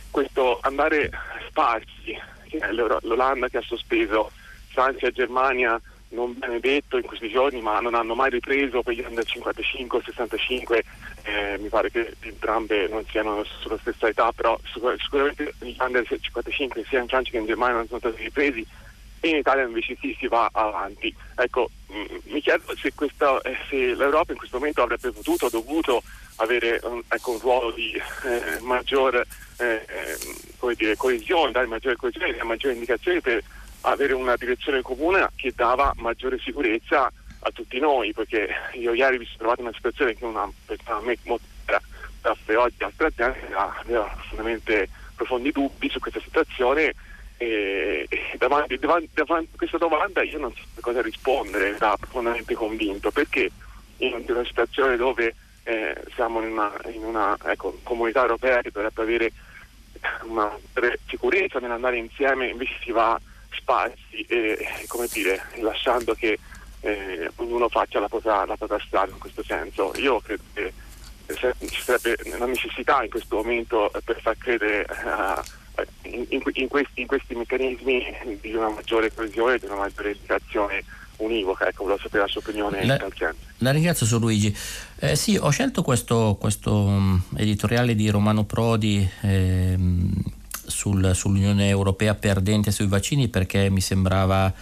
questo andare sparsi, che è l'Olanda che ha sospeso, Francia e Germania non benedetto in questi giorni, ma non hanno mai ripreso per gli under 55 o 65, mi pare che entrambe non siano sulla stessa età, però sicuramente gli under 55 sia in Francia che in Germania non sono stati ripresi, e in Italia invece sì, si va avanti. Ecco, mi chiedo se l'Europa in questo momento avrebbe potuto o dovuto avere un ruolo di maggior coesione, dare maggiore coesione e maggiori indicazioni per avere una direzione comune che dava maggiore sicurezza a tutti noi, perché io ieri mi sono trovato in una situazione che una persona a me molto oggi AstraZeneca aveva assolutamente profondi dubbi su questa situazione, e davanti a questa domanda io non so cosa rispondere da profondamente convinto, perché in una situazione dove siamo in una comunità europea che dovrebbe avere una sicurezza nell'andare insieme, invece si va sparsi e lasciando che ognuno faccia la propria strada in questo senso. Io credo che ci sarebbe una necessità in questo momento per far credere in questi meccanismi di una maggiore coesione, di una maggiore indicazione univoca. Ecco, volevo sapere la sua opinione in tal senso. La ringrazio, Sor Luigi. Sì, ho scelto questo editoriale di Romano Prodi sull'Unione Europea perdente sui vaccini, perché mi sembrava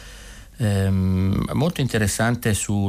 molto interessante su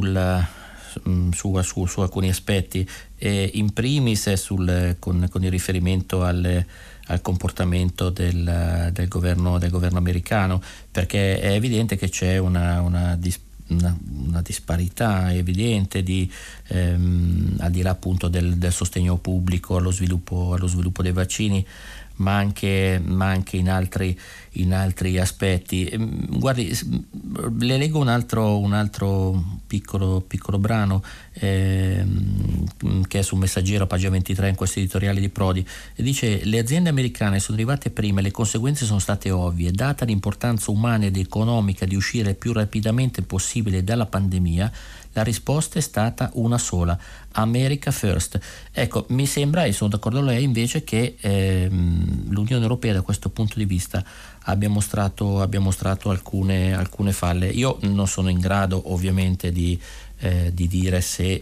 alcuni aspetti, in primis con il riferimento al comportamento del governo americano, perché è evidente che c'è una disparità evidente al di là appunto del sostegno pubblico allo sviluppo dei vaccini, ma anche in altri aspetti. Guardi, le leggo un altro piccolo brano che è sul Messaggero, pagina 23, in questo editoriale di Prodi, e dice: le aziende americane sono arrivate prima e le conseguenze sono state ovvie. Data l'importanza umana ed economica di uscire il più rapidamente possibile dalla pandemia, la risposta è stata una sola: America First. Ecco, mi sembra, e sono d'accordo con lei invece, che l'Unione Europea da questo punto di vista abbia mostrato alcune falle. Io non sono in grado ovviamente di dire se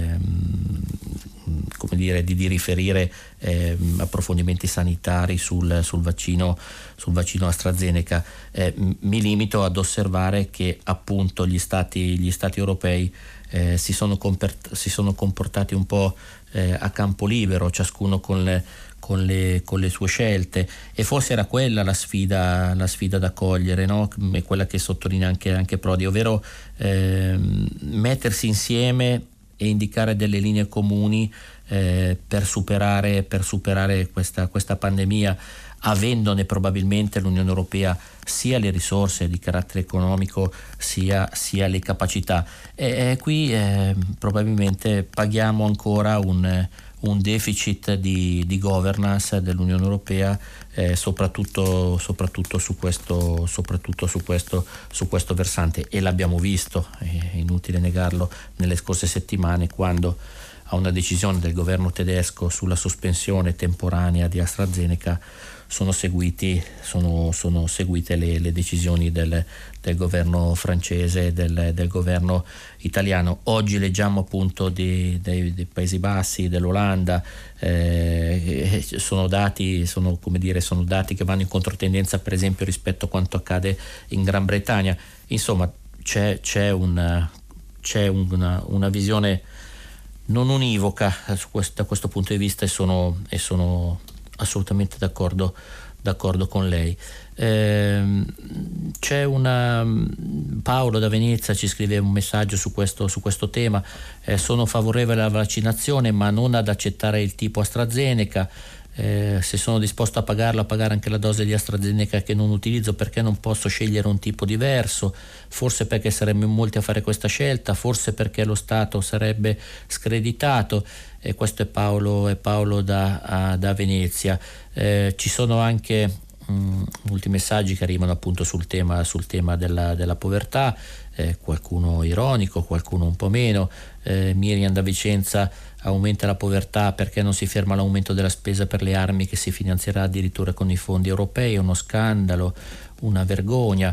di riferire approfondimenti sanitari sul vaccino AstraZeneca. Mi limito ad osservare che appunto gli stati europei si sono comportati un po' a campo libero, ciascuno con le sue scelte, e forse era quella la sfida da cogliere, no? E quella che sottolinea anche Prodi, ovvero mettersi insieme e indicare delle linee comuni per superare questa pandemia, avendone probabilmente l'Unione Europea sia le risorse di carattere economico sia le capacità. E qui probabilmente paghiamo ancora un deficit di governance dell'Unione Europea, soprattutto su questo versante, e l'abbiamo visto, è inutile negarlo, nelle scorse settimane, quando a una decisione del governo tedesco sulla sospensione temporanea di AstraZeneca sono seguite le decisioni del governo francese e del governo italiano. Oggi leggiamo appunto dei Paesi Bassi, dell'Olanda, sono dati che vanno in controtendenza per esempio rispetto a quanto accade in Gran Bretagna. Insomma, c'è una visione non univoca da questo punto di vista, e sono assolutamente d'accordo con lei. Paolo da Venezia ci scrive un messaggio su questo tema: sono favorevole alla vaccinazione ma non ad accettare il tipo AstraZeneca. Se sono disposto a pagare anche la dose di AstraZeneca che non utilizzo, perché non posso scegliere un tipo diverso? Forse perché saremmo in molti a fare questa scelta, forse perché lo Stato sarebbe screditato. E questo è Paolo da Venezia. Ci sono anche molti messaggi che arrivano appunto sul tema della povertà, qualcuno ironico, qualcuno un po' meno. Miriam da Vicenza: aumenta la povertà, perché non si ferma l'aumento della spesa per le armi che si finanzierà addirittura con i fondi europei? È uno scandalo, una vergogna.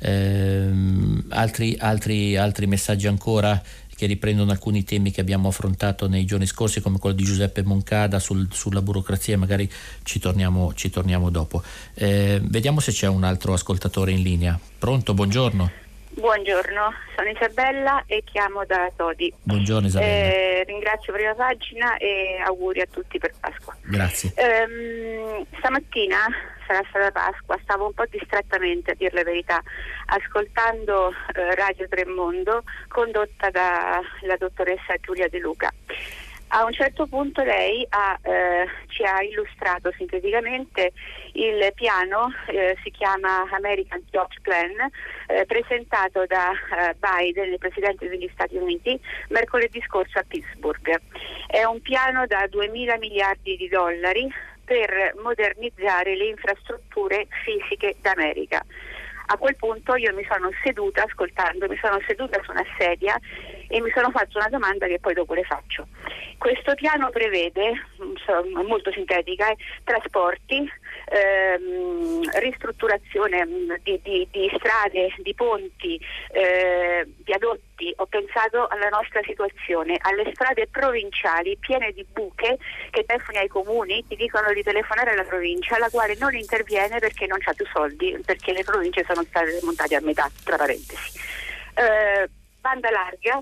Altri messaggi ancora che riprendono alcuni temi che abbiamo affrontato nei giorni scorsi, come quello di Giuseppe Moncada sulla burocrazia. Magari ci torniamo dopo. Vediamo se c'è un altro ascoltatore in linea. Pronto? Buongiorno. Buongiorno, sono Isabella e chiamo da Todi. Buongiorno Isabella. Ringrazio Prima Pagina e auguri a tutti per Pasqua. Grazie. Stamattina sarà stata Pasqua, stavo un po' distrattamente, a dir la verità, ascoltando Radio Tremondo, condotta dalla dottoressa Giulia De Luca. A un certo punto lei ci ha illustrato sinteticamente il piano, si chiama American Jobs Plan, presentato da Biden, il Presidente degli Stati Uniti, mercoledì scorso a Pittsburgh. È un piano da $2.000 miliardi per modernizzare le infrastrutture fisiche d'America. A quel punto io mi sono seduta su una sedia e mi sono fatto una domanda che poi dopo le faccio. Questo piano prevede, molto sintetica, trasporti, ristrutturazione di strade, di ponti, viadotti. Ho pensato alla nostra situazione, alle strade provinciali piene di buche che telefoni ai comuni, ti dicono di telefonare alla provincia, la quale non interviene perché non c'ha più soldi, perché le province sono state montate a metà, tra parentesi. Banda larga,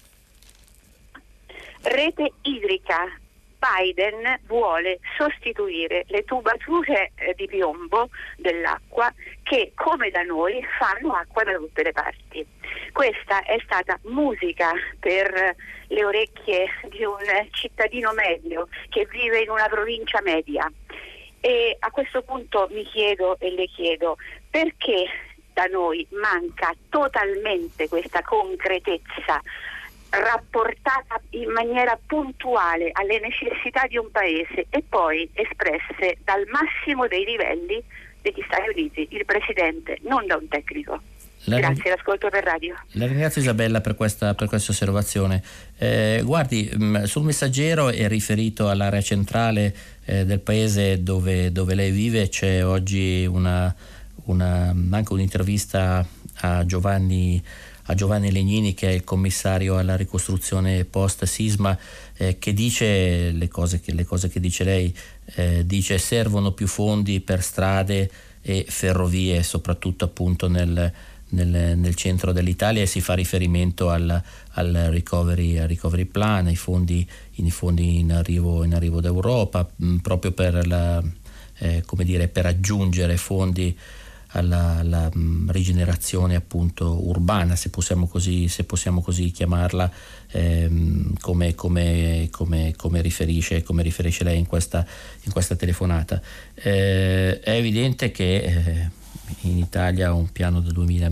rete idrica. Biden vuole sostituire le tubature di piombo dell'acqua che, come da noi, fanno acqua da tutte le parti. Questa è stata musica per le orecchie di un cittadino medio che vive in una provincia media. E a questo punto mi chiedo e le chiedo: perché da noi manca totalmente questa concretezza rapportata in maniera puntuale alle necessità di un paese e poi espresse dal massimo dei livelli degli Stati Uniti, il Presidente, non da un tecnico. Grazie, l'ascolto per radio. La ringrazio Isabella per questa osservazione. Guardi, sul Messaggero è riferito all'area centrale del paese dove lei vive. C'è oggi anche un'intervista a Giovanni Legnini, che è il commissario alla ricostruzione post sisma, che dice le cose che dice lei. Dice: servono più fondi per strade e ferrovie, soprattutto appunto nel centro dell'Italia, e si fa riferimento al recovery plan, ai fondi in arrivo d'Europa, proprio per per aggiungere fondi alla rigenerazione appunto urbana, se possiamo così chiamarla, come riferisce lei in questa telefonata. È evidente che in Italia un piano da 2.000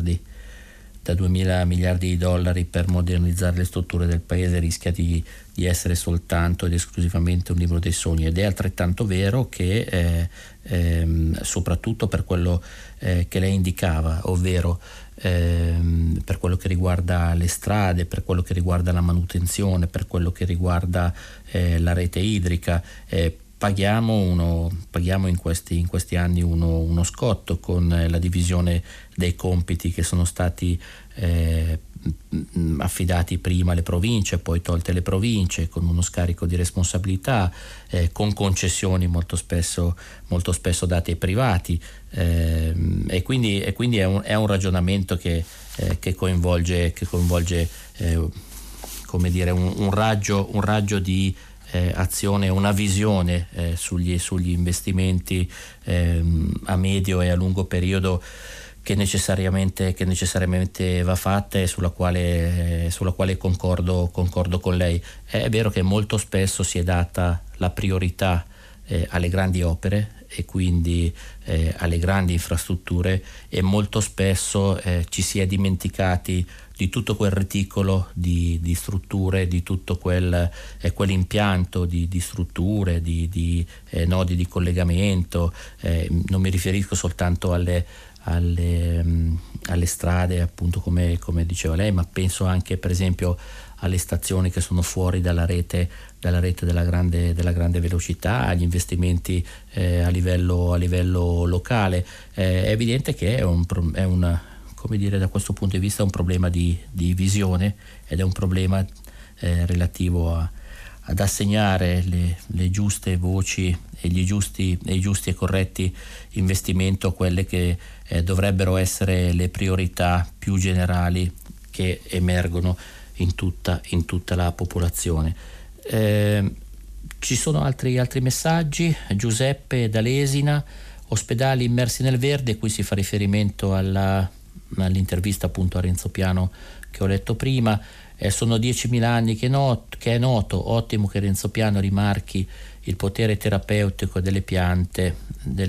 miliardi di dollari per modernizzare le strutture del paese rischia di essere soltanto ed esclusivamente un libro dei sogni, ed è altrettanto vero che soprattutto per quello che lei indicava, ovvero per quello che riguarda le strade, per quello che riguarda la manutenzione, per quello che riguarda la rete idrica, paghiamo in questi anni uno scotto con la divisione dei compiti che sono stati affidati prima alle province, poi tolte le province, con uno scarico di responsabilità, con concessioni molto spesso date ai privati, e quindi è un ragionamento che coinvolge come dire un raggio di azione, una visione sugli investimenti a medio e a lungo periodo che necessariamente va fatta, e sulla quale concordo con lei. È vero che molto spesso si è data la priorità alle grandi opere e quindi alle grandi infrastrutture, e molto spesso ci si è dimenticati di tutto quel reticolo di strutture, di tutto quell'impianto di strutture, di nodi di collegamento. Non mi riferisco soltanto alle strade, appunto, come diceva lei, ma penso anche per esempio alle stazioni che sono fuori dalla rete della grande velocità, agli investimenti a livello locale. È evidente che come dire, da questo punto di vista è un problema di visione, ed è un problema relativo ad assegnare le giuste voci e i giusti e corretti investimenti a quelle che dovrebbero essere le priorità più generali che emergono in tutta la popolazione. Ci sono altri messaggi. Giuseppe D'Alesina: ospedali immersi nel verde. Qui si fa riferimento all'intervista appunto a Renzo Piano che ho letto prima. Sono 10.000 anni che è noto. Ottimo che Renzo Piano rimarchi il potere terapeutico delle piante.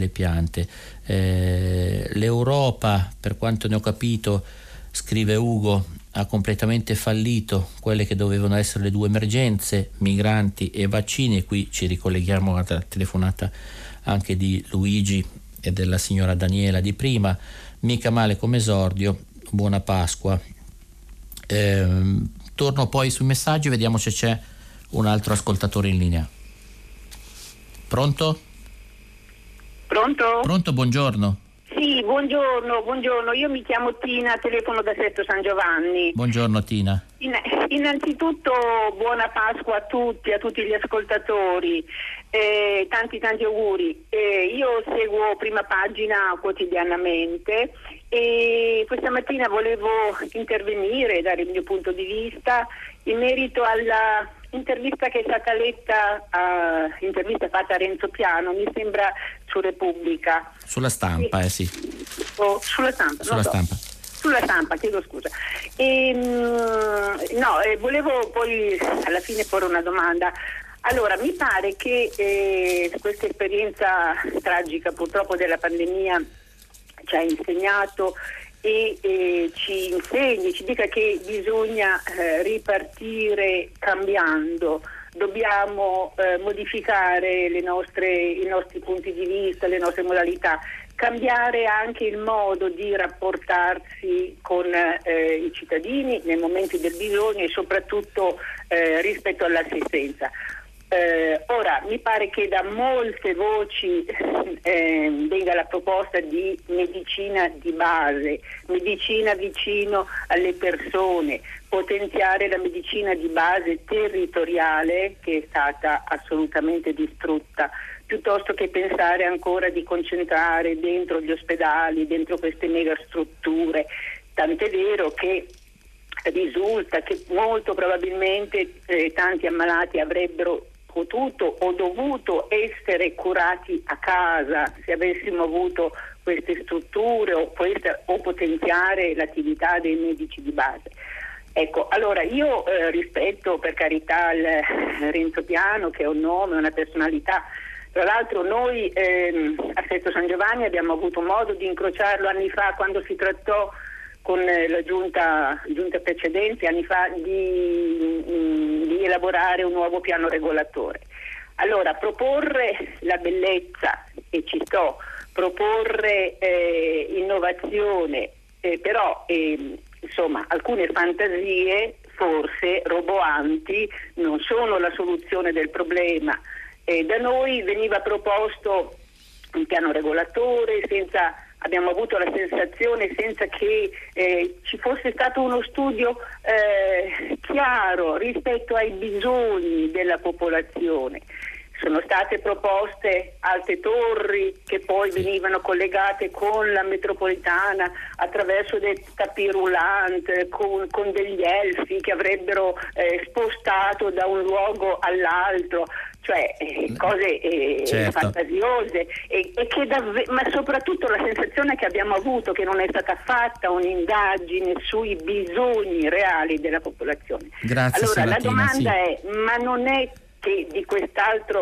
L'Europa, per quanto ne ho capito, scrive Ugo, ha completamente fallito quelle che dovevano essere le due emergenze, migranti e vaccini, e qui ci ricolleghiamo alla telefonata anche di Luigi e della signora Daniela di prima. Mica male come esordio, buona Pasqua. Torno poi sui messaggi, vediamo se c'è un altro ascoltatore in linea. Pronto? Pronto, buongiorno. Sì, buongiorno, io mi chiamo Tina, telefono da Sesto San Giovanni. Buongiorno Tina. Innanzitutto buona Pasqua a tutti gli ascoltatori, tanti auguri. Io seguo Prima Pagina quotidianamente e questa mattina volevo intervenire, dare il mio punto di vista in merito alla intervista che è stata letta, intervista fatta a Renzo Piano, mi sembra su Repubblica. Sulla stampa, sì. Sulla stampa. Sulla stampa, chiedo scusa. Volevo poi alla fine porre una domanda. Allora, mi pare che questa esperienza tragica purtroppo della pandemia ci ha insegnato e ci insegni, ci dica che bisogna ripartire cambiando, dobbiamo modificare i nostri punti di vista, le nostre modalità, cambiare anche il modo di rapportarsi con i cittadini nei momenti del bisogno e soprattutto rispetto all'assistenza. Ora mi pare che da molte voci venga la proposta di medicina di base, medicina vicino alle persone, potenziare la medicina di base territoriale che è stata assolutamente distrutta, piuttosto che pensare ancora di concentrare dentro gli ospedali, dentro queste megastrutture. Tant'è vero che risulta che molto probabilmente tanti ammalati avrebbero potuto o dovuto essere curati a casa se avessimo avuto queste strutture o potenziare l'attività dei medici di base. Ecco, allora io rispetto per carità il Renzo Piano, che è un nome, una personalità. Tra l'altro noi a Sesto San Giovanni abbiamo avuto modo di incrociarlo anni fa quando si trattò con la giunta precedente, anni fa, di elaborare un nuovo piano regolatore. Allora, proporre la bellezza, e ci sto, proporre innovazione, però insomma alcune fantasie forse roboanti non sono la soluzione del problema. Da noi veniva proposto un piano regolatore abbiamo avuto la sensazione senza che ci fosse stato uno studio chiaro rispetto ai bisogni della popolazione. Sono state proposte alte torri che poi venivano collegate con la metropolitana attraverso dei tapis roulant, con degli elfi che avrebbero spostato da un luogo all'altro, cioè cose certo, fantasiose ma soprattutto la sensazione che abbiamo avuto che non è stata fatta un'indagine sui bisogni reali della popolazione. Grazie, allora la Tina, domanda è: ma non è che di quest'altro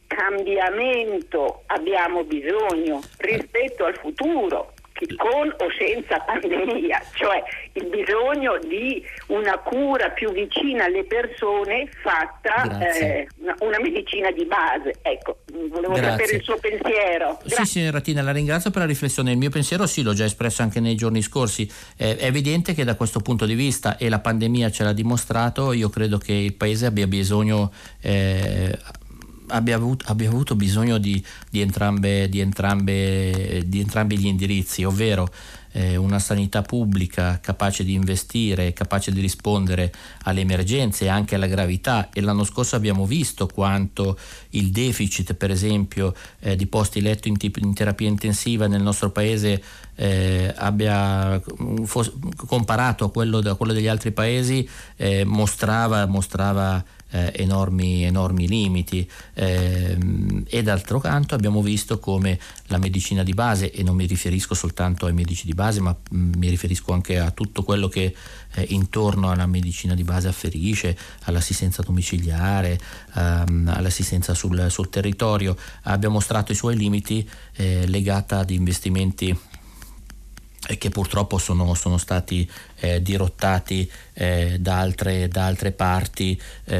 cambiamento abbiamo bisogno rispetto al futuro, con o senza pandemia, cioè il bisogno di una cura più vicina alle persone fatta una medicina di base. Ecco, volevo sapere il suo pensiero. Sì, signora Tina, la ringrazio per la riflessione. Il mio pensiero sì, l'ho già espresso anche nei giorni scorsi. È evidente che da questo punto di vista, e la pandemia ce l'ha dimostrato, io credo che il Paese abbia bisogno abbia avuto bisogno di entrambi gli indirizzi, ovvero una sanità pubblica capace di investire, capace di rispondere alle emergenze e anche alla gravità. E l'anno scorso abbiamo visto quanto il deficit, per esempio, di posti letto in terapia intensiva nel nostro paese abbia comparato a quello degli altri paesi mostrava enormi limiti, e d'altro canto abbiamo visto come la medicina di base, e non mi riferisco soltanto ai medici di base, ma mi riferisco anche a tutto quello che intorno alla medicina di base afferisce, all'assistenza domiciliare, all'assistenza sul territorio, abbia mostrato i suoi limiti, legata ad investimenti che purtroppo sono stati dirottati da altre parti,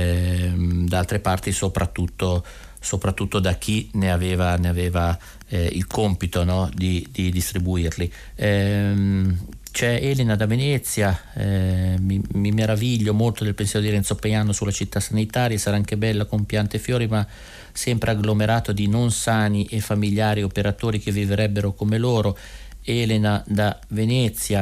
soprattutto da chi ne aveva il compito, no, di distribuirli. C'è Elena da Venezia, mi meraviglio molto del pensiero di Renzo Peiano sulla città sanitaria, sarà anche bella con piante e fiori, ma sempre agglomerato di non sani e familiari operatori che vivrebbero come loro. Elena da Venezia.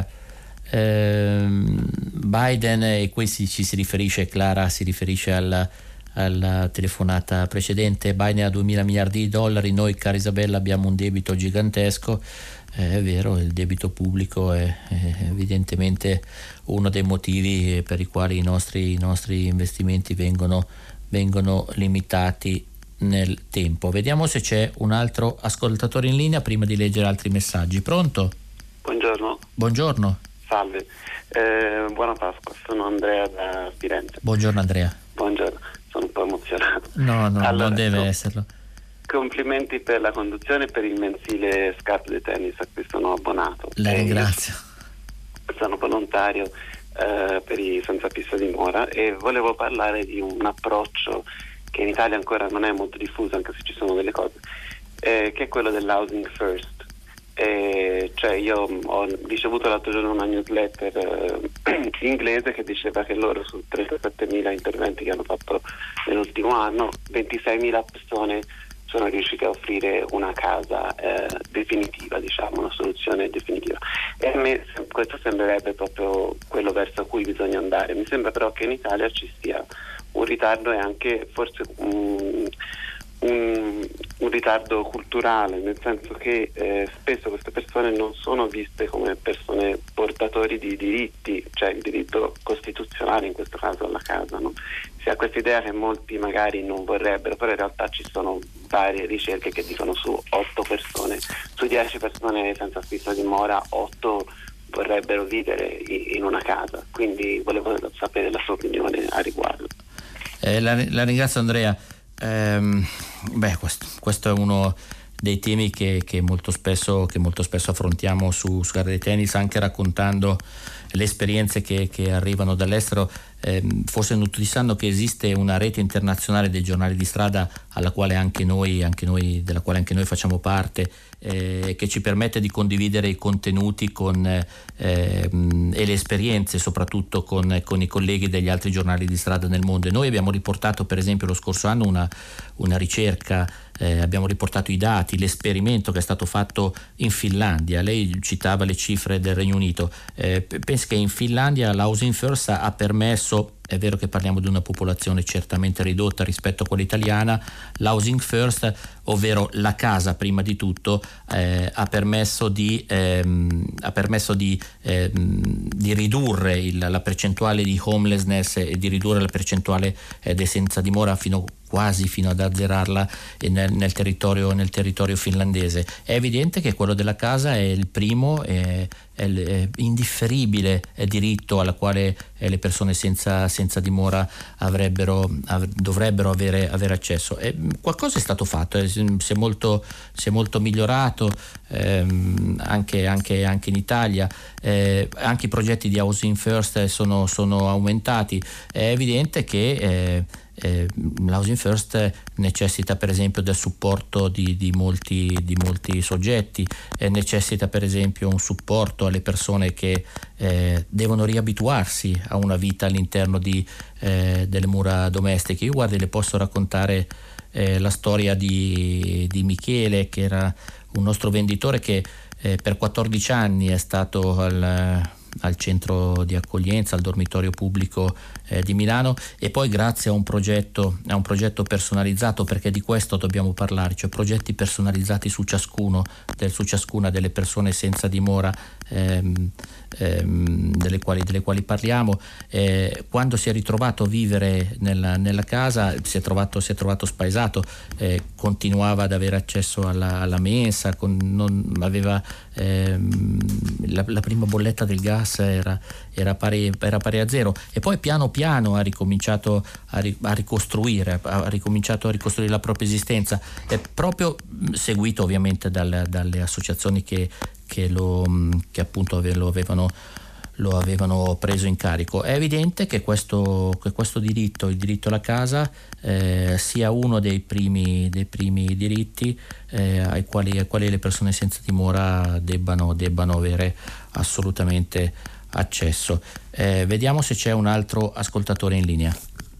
Biden, e qui ci si riferisce, Clara si riferisce alla telefonata precedente, Biden ha 2.000 miliardi di dollari, noi, cara Isabella, abbiamo un debito gigantesco. È vero, il debito pubblico è evidentemente uno dei motivi per i quali i nostri investimenti vengono limitati nel tempo. Vediamo se c'è un altro ascoltatore in linea prima di leggere altri messaggi. Pronto? Buongiorno. Salve, buona Pasqua, sono Andrea da Firenze. Buongiorno Andrea. Buongiorno, sono un po' emozionato. No, allora, non deve esserlo. Complimenti per la conduzione e per il mensile Scarpe de Tennis a cui sono abbonato. La ringrazio. Sono volontario per i senza fissa dimora e volevo parlare di un approccio che in Italia ancora non è molto diffuso, anche se ci sono delle cose, che è quello dell'housing first. Cioè io ho ricevuto l'altro giorno una newsletter inglese che diceva che loro su 37.000 interventi che hanno fatto nell'ultimo anno, 26.000 persone sono riuscite a offrire una casa definitiva, diciamo, una soluzione definitiva. E a me questo sembrerebbe proprio quello verso cui bisogna andare. Mi sembra però che in Italia ci sia un ritardo e anche forse un ritardo culturale, nel senso che spesso queste persone non sono viste come persone portatori di diritti, cioè il diritto costituzionale in questo caso alla casa, no? Si ha questa idea che molti magari non vorrebbero, però in realtà ci sono varie ricerche che dicono su 8 persone, su 10 persone senza fissa dimora, 8 vorrebbero vivere in una casa. Quindi volevo sapere la sua opinione a riguardo. La ringrazio Andrea. Questo è uno dei temi che molto spesso affrontiamo su Scarpe de Tennis, anche raccontando le esperienze che arrivano dall'estero. Forse non tutti sanno che esiste una rete internazionale dei giornali di strada della quale anche noi facciamo parte, che ci permette di condividere i contenuti e le esperienze soprattutto con i colleghi degli altri giornali di strada nel mondo. E noi abbiamo riportato, per esempio, lo scorso anno una ricerca, abbiamo riportato i dati, l'esperimento che è stato fatto in Finlandia. Lei citava le cifre del Regno Unito, penso che in Finlandia l'Housing First ha permesso, è vero che parliamo di una popolazione certamente ridotta rispetto a quella italiana, l'Housing First, ovvero la casa prima di tutto, ha permesso di ridurre la percentuale di homelessness e di ridurre la percentuale dei senza dimora fino quasi fino ad azzerarla nel territorio finlandese. È evidente che quello della casa è il primo è indifferibile diritto alla quale le persone senza dimora dovrebbero avere accesso. Qualcosa è stato fatto, si è molto migliorato anche in Italia, anche i progetti di Housing First sono aumentati. È evidente che l'Housing First necessita per esempio del supporto di molti soggetti, necessita per esempio un supporto alle persone che devono riabituarsi a una vita all'interno delle mura domestiche. Io le posso raccontare la storia di Michele, che era un nostro venditore che per 14 anni è stato al centro di accoglienza, al dormitorio pubblico di Milano, e poi grazie a un progetto personalizzato, perché di questo dobbiamo parlare, cioè progetti personalizzati su ciascuna delle persone senza dimora delle quali parliamo. Quando si è ritrovato a vivere nella casa si è trovato spaesato, continuava ad avere accesso alla mensa, aveva la prima bolletta del gas era pari a zero, e poi piano piano ha ricominciato a ricostruire la propria esistenza, proprio seguito ovviamente dalle associazioni che appunto lo avevano preso in carico. È evidente che questo diritto, il diritto alla casa, sia uno dei primi diritti ai quali le persone senza dimora debbano avere assolutamente accesso. Vediamo se c'è un altro ascoltatore in linea.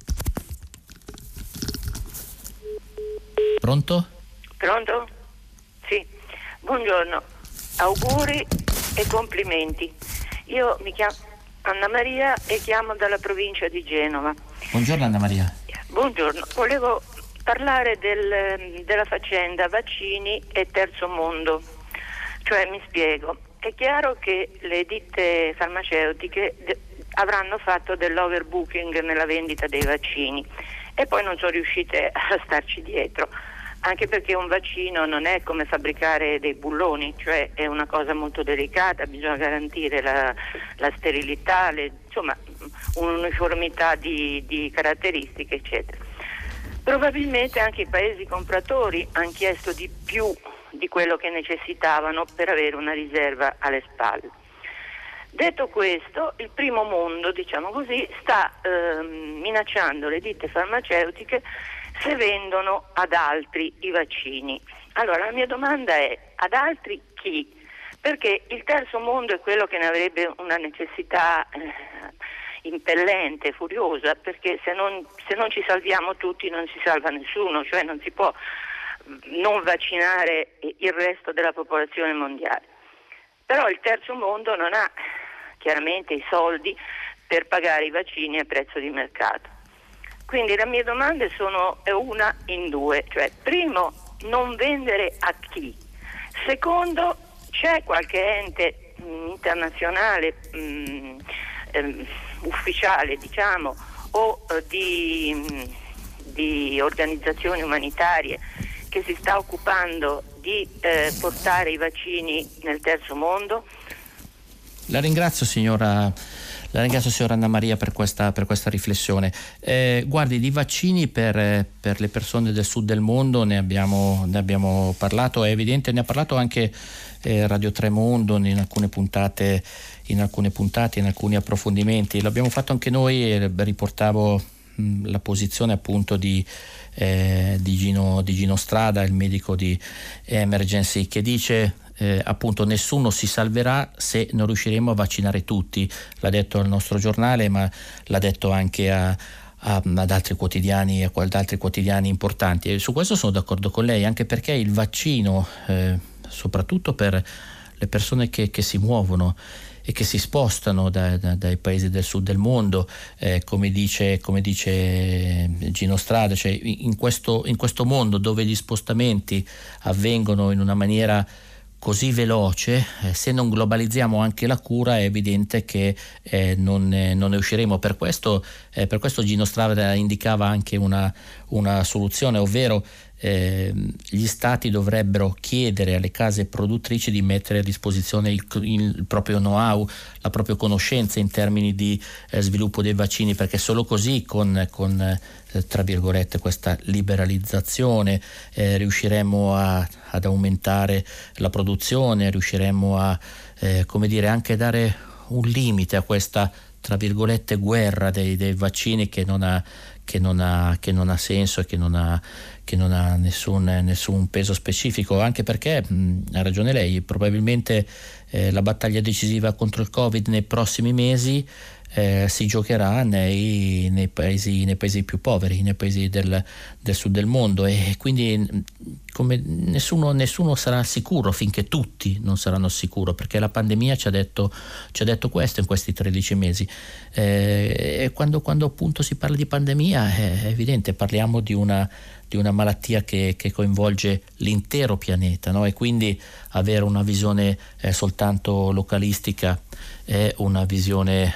Pronto? Pronto? Sì, buongiorno, auguri e complimenti. Io mi chiamo Anna Maria e chiamo dalla provincia di Genova. Buongiorno Anna Maria. Buongiorno, volevo parlare della faccenda vaccini e terzo mondo. Cioè, mi spiego, è chiaro che le ditte farmaceutiche avranno fatto dell'overbooking nella vendita dei vaccini e poi non sono riuscite a starci dietro, anche perché un vaccino non è come fabbricare dei bulloni, cioè è una cosa molto delicata, bisogna garantire la sterilità, insomma un'uniformità di caratteristiche, eccetera. Probabilmente anche i paesi compratori hanno chiesto di più di quello che necessitavano per avere una riserva alle spalle. Detto questo, il primo mondo, diciamo così, sta minacciando le ditte farmaceutiche se vendono ad altri i vaccini. Allora la mia domanda è: ad altri chi? Perché il terzo mondo è quello che ne avrebbe una necessità impellente, furiosa, perché se non ci salviamo tutti non si salva nessuno, cioè non si può non vaccinare il resto della popolazione mondiale. Però il terzo mondo non ha chiaramente i soldi per pagare i vaccini a prezzo di mercato. Quindi le mie domande sono una in due, cioè primo, non vendere a chi? Secondo, c'è qualche ente internazionale ufficiale, diciamo, o di organizzazioni umanitarie che si sta occupando di portare i vaccini nel terzo mondo? La ringrazio signora Anna Maria per questa riflessione. Guardi, di vaccini per le persone del sud del mondo ne abbiamo parlato, è evidente, ne ha parlato anche Radio Tremondo in alcune puntate, in alcuni approfondimenti. L'abbiamo fatto anche noi e riportavo la posizione appunto di Gino Strada, il medico di Emergency, che dice appunto nessuno si salverà se non riusciremo a vaccinare tutti. L'ha detto al nostro giornale, ma l'ha detto anche ad altri quotidiani e ad altri quotidiani importanti, e su questo sono d'accordo con lei, anche perché il vaccino, soprattutto per le persone che si muovono e che si spostano dai paesi del sud del mondo, come dice Gino Strada, cioè in questo mondo dove gli spostamenti avvengono in una maniera così veloce, se non globalizziamo anche la cura è evidente che non ne usciremo. Per questo Gino Strada indicava anche una soluzione, ovvero gli stati dovrebbero chiedere alle case produttrici di mettere a disposizione il proprio know-how, la propria conoscenza in termini di sviluppo dei vaccini, perché solo così con tra virgolette questa liberalizzazione riusciremo ad aumentare la produzione, riusciremo a anche dare un limite a questa tra virgolette guerra dei vaccini che non ha senso e che non ha nessun peso specifico, anche perché ha ragione lei, probabilmente la battaglia decisiva contro il Covid nei prossimi mesi si giocherà nei paesi più poveri, nei paesi del sud del mondo, e quindi come nessuno sarà sicuro finché tutti non saranno sicuri, perché la pandemia ci ha detto questo in questi 13 mesi, e quando appunto si parla di pandemia è evidente, parliamo di una malattia che coinvolge l'intero pianeta, no? E quindi avere una visione soltanto localistica è una visione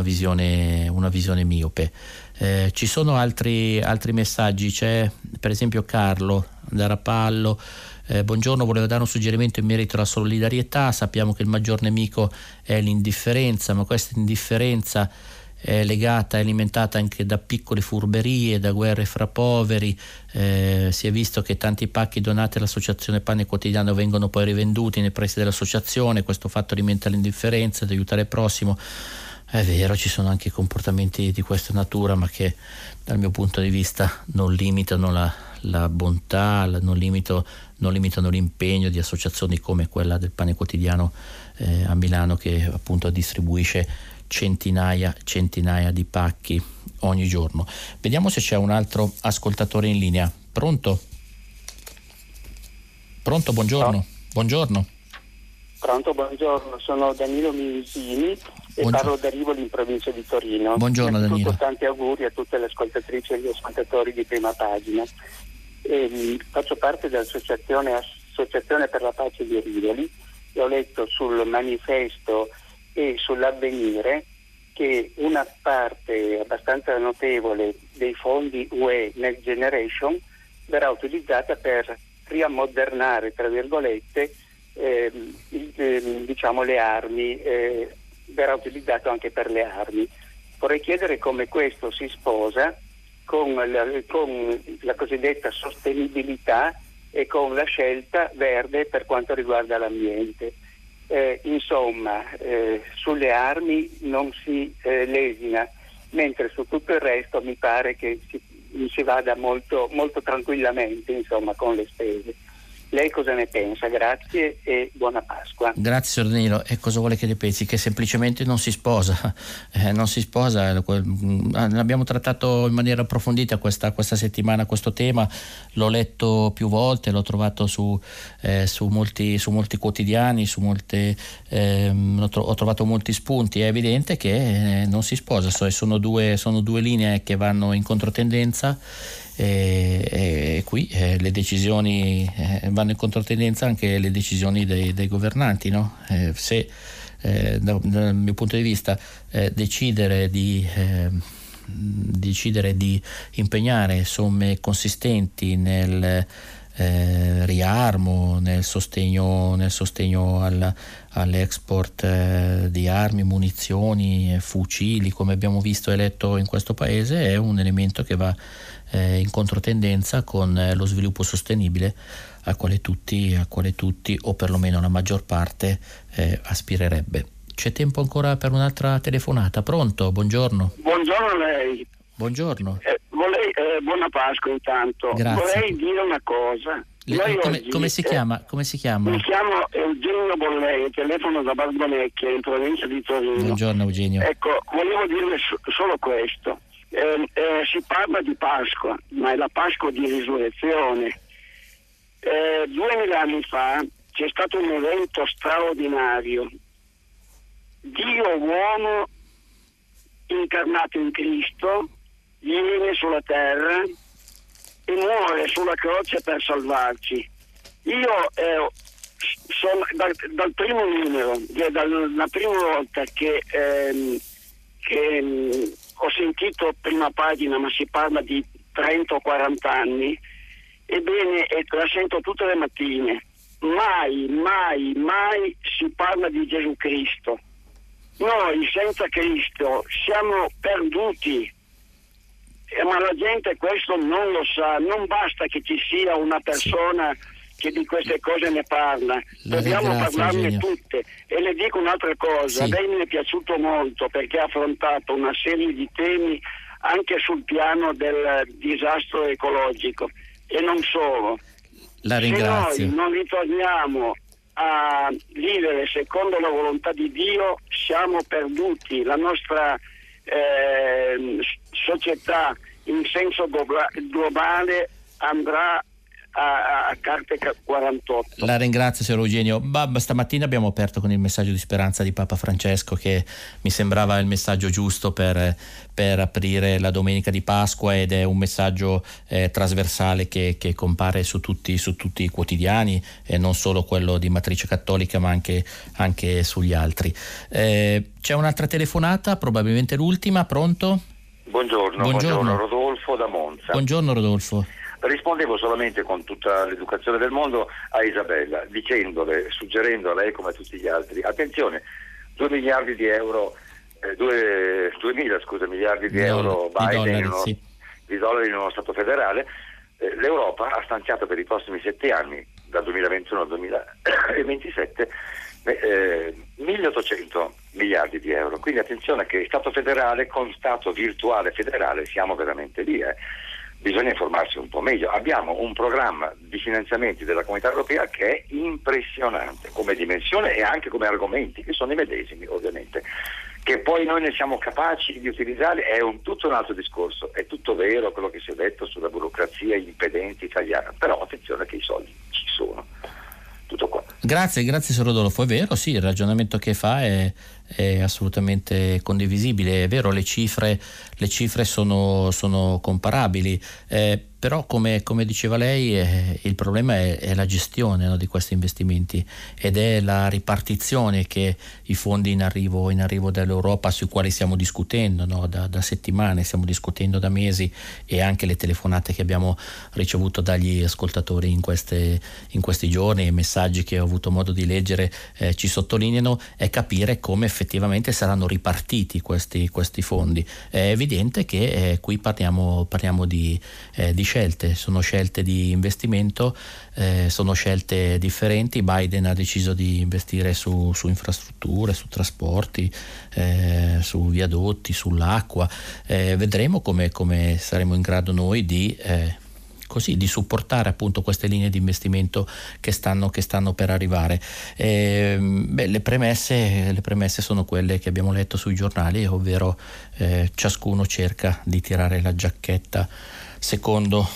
miope. Ci sono altri messaggi. C'è per esempio Carlo da Rapallo. Buongiorno, volevo dare un suggerimento in merito alla solidarietà. Sappiamo che il maggior nemico è l'indifferenza, ma questa indifferenza è legata, è alimentata anche da piccole furberie, da guerre fra poveri. Si è visto che tanti pacchi donati all'associazione Pane Quotidiano vengono poi rivenduti nei pressi dell'associazione. Questo fatto alimenta l'indifferenza ad aiutare il prossimo. È vero, ci sono anche comportamenti di questa natura, ma che dal mio punto di vista non limitano la bontà, non limitano l'impegno di associazioni come quella del Pane Quotidiano a Milano, che appunto distribuisce centinaia di pacchi ogni giorno. Vediamo se c'è un altro ascoltatore in linea. Pronto, buongiorno. No. Buongiorno. Pronto, buongiorno, sono Danilo Minisini e parlo da Rivoli in provincia di Torino. Buongiorno Danilo. Tanti auguri a tutte le ascoltatrici e gli ascoltatori di Prima Pagina. Faccio parte dell'associazione per la pace di Rivoli e ho letto sul manifesto e sull'Avvenire che una parte abbastanza notevole dei fondi UE Next Generation verrà utilizzata per riammodernare, tra virgolette, le armi, verrà utilizzato anche per le armi. Vorrei chiedere come questo si sposa con la cosiddetta sostenibilità e con la scelta verde per quanto riguarda l'ambiente. Sulle armi non si lesina, mentre su tutto il resto mi pare che si vada molto, molto tranquillamente, con le spese. Lei cosa ne pensa? Grazie e buona Pasqua. Grazie signor Danilo. E cosa vuole che ne pensi? Che semplicemente non si sposa. Abbiamo trattato in maniera approfondita questa settimana questo tema, l'ho letto più volte, l'ho trovato su molti quotidiani, ho trovato molti spunti. È evidente che non si sposa, sono due linee che vanno in controtendenza. E qui le decisioni vanno in controtendenza, anche le decisioni dei governanti, no? Se dal mio punto di vista decidere di impegnare somme consistenti nel riarmo, nel sostegno all'export di armi, munizioni, fucili, come abbiamo visto e letto in questo paese, è un elemento che va in controtendenza con lo sviluppo sostenibile al quale tutti o perlomeno la maggior parte aspirerebbe. C'è tempo ancora per un'altra telefonata. Pronto? Buongiorno. Buongiorno a lei. Buongiorno. Buona Pasqua intanto. Grazie. Vorrei dire una cosa. Come si chiama? Mi chiamo Eugenio Bollei, telefono da Barbonecchia in provincia di Torino. Buongiorno Eugenio. Ecco, volevo dirle solo questo. Si parla di Pasqua, ma è la Pasqua di risurrezione. 2000 anni fa c'è stato un evento straordinario. Dio uomo incarnato in Cristo viene sulla terra e muore sulla croce per salvarci. Io dal primo numero, dalla prima volta che ho sentito Prima Pagina, ma si parla di 30 o 40 anni, ebbene, la sento tutte le mattine. Mai si parla di Gesù Cristo. Noi senza Cristo siamo perduti, ma la gente questo non lo sa. Non basta che ci sia una persona che di queste cose ne parla, dobbiamo parlarne Eugenio. tutte. E le dico un'altra cosa, a lei mi è piaciuto molto perché ha affrontato una serie di temi anche sul piano del disastro ecologico e non solo. La ringrazio. Se noi non ritorniamo a vivere secondo la volontà di Dio, siamo perduti. La nostra società in senso globale andrà a carte 48. La ringrazio, signor Eugenio. Stamattina abbiamo aperto con il messaggio di speranza di Papa Francesco, che mi sembrava il messaggio giusto per aprire la domenica di Pasqua, ed è un messaggio trasversale che compare su tutti i quotidiani, e non solo quello di matrice cattolica ma anche sugli altri. C'è un'altra telefonata, probabilmente l'ultima. Pronto? Buongiorno, Rodolfo da Monza. Buongiorno Rodolfo. Rispondevo solamente con tutta l'educazione del mondo a Isabella, suggerendo a lei come a tutti gli altri: attenzione, 2 miliardi di euro, 2.000 miliardi di euro Biden di dollari in uno Stato federale. L'Europa ha stanziato per i prossimi 7 anni, dal 2021 al 2027, 1.800 miliardi di euro. Quindi attenzione che Stato federale con Stato virtuale federale siamo veramente lì. Bisogna informarsi un po' meglio. Abbiamo un programma di finanziamenti della Comunità Europea che è impressionante come dimensione e anche come argomenti, che sono i medesimi ovviamente. Che poi noi ne siamo capaci di utilizzare è tutto un altro discorso. È tutto vero quello che si è detto sulla burocrazia impedente italiana, però attenzione che i soldi ci sono. Tutto qua. Grazie signor Rodolfo. È vero, sì, il ragionamento che fa è assolutamente condivisibile. È vero, le cifre sono comparabili, però come diceva lei, il problema è la gestione, no, di questi investimenti, ed è la ripartizione che i fondi in arrivo dall'Europa, sui quali stiamo discutendo, no, da settimane, stiamo discutendo da mesi, e anche le telefonate che abbiamo ricevuto dagli ascoltatori in questi giorni, i messaggi che ho avuto modo di leggere ci sottolineano, è capire come effettivamente saranno ripartiti questi fondi. È evidente che qui parliamo di scelte, sono scelte di investimento, sono scelte differenti. Biden ha deciso di investire su infrastrutture, su trasporti, su viadotti, sull'acqua. Vedremo come saremo in grado noi di supportare appunto queste linee di investimento che stanno per arrivare. Le premesse sono quelle che abbiamo letto sui giornali, ovvero ciascuno cerca di tirare la giacchetta secondo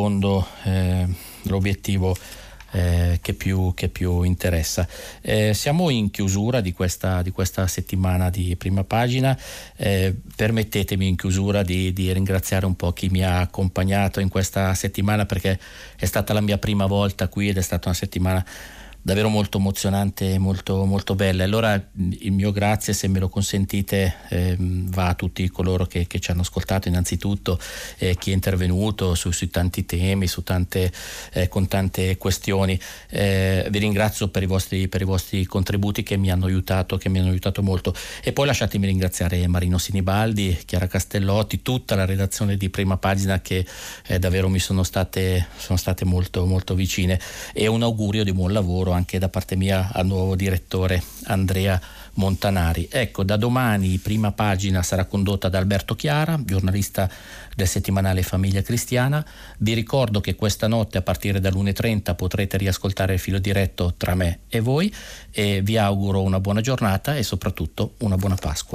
l'obiettivo che più interessa. Siamo in chiusura di questa settimana di Prima Pagina. Permettetemi in chiusura di ringraziare un po' chi mi ha accompagnato in questa settimana, perché è stata la mia prima volta qui ed è stata una settimana davvero molto emozionante, molto, molto bella. Allora il mio grazie, se me lo consentite, va a tutti coloro che ci hanno ascoltato, innanzitutto chi è intervenuto sui tanti temi, con tante questioni. Vi ringrazio per i vostri contributi che mi hanno aiutato molto. E poi lasciatemi ringraziare Marino Sinibaldi, Chiara Castellotti, tutta la redazione di Prima Pagina, che davvero mi sono state molto, molto vicine, e un augurio di buon lavoro anche da parte mia al nuovo direttore Andrea Montanari. Ecco, da domani Prima Pagina sarà condotta da Alberto Chiara, giornalista del settimanale Famiglia Cristiana. Vi ricordo che questa notte a partire dall'1:30 potrete riascoltare il filo diretto tra me e voi, e vi auguro una buona giornata e soprattutto una buona Pasqua.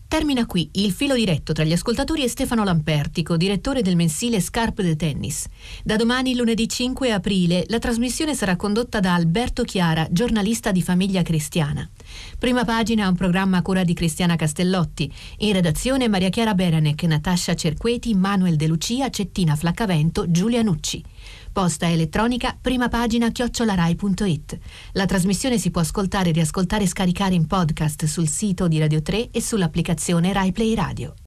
Termina qui il filo diretto tra gli ascoltatori e Stefano Lampertico, direttore del mensile Scarpe de Tennis. Da domani, lunedì 5 aprile, la trasmissione sarà condotta da Alberto Chiara, giornalista di Famiglia Cristiana. Prima Pagina è un programma a cura di Cristiana Castellotti. In redazione Maria Chiara Beranec, Natascia Cerqueti, Manuel De Lucia, Cettina Flaccavento, Giulia Nucci. Posta elettronica primapagina@rai.it. La trasmissione si può ascoltare, riascoltare e scaricare in podcast sul sito di Radio 3 e sull'applicazione Rai Play Radio.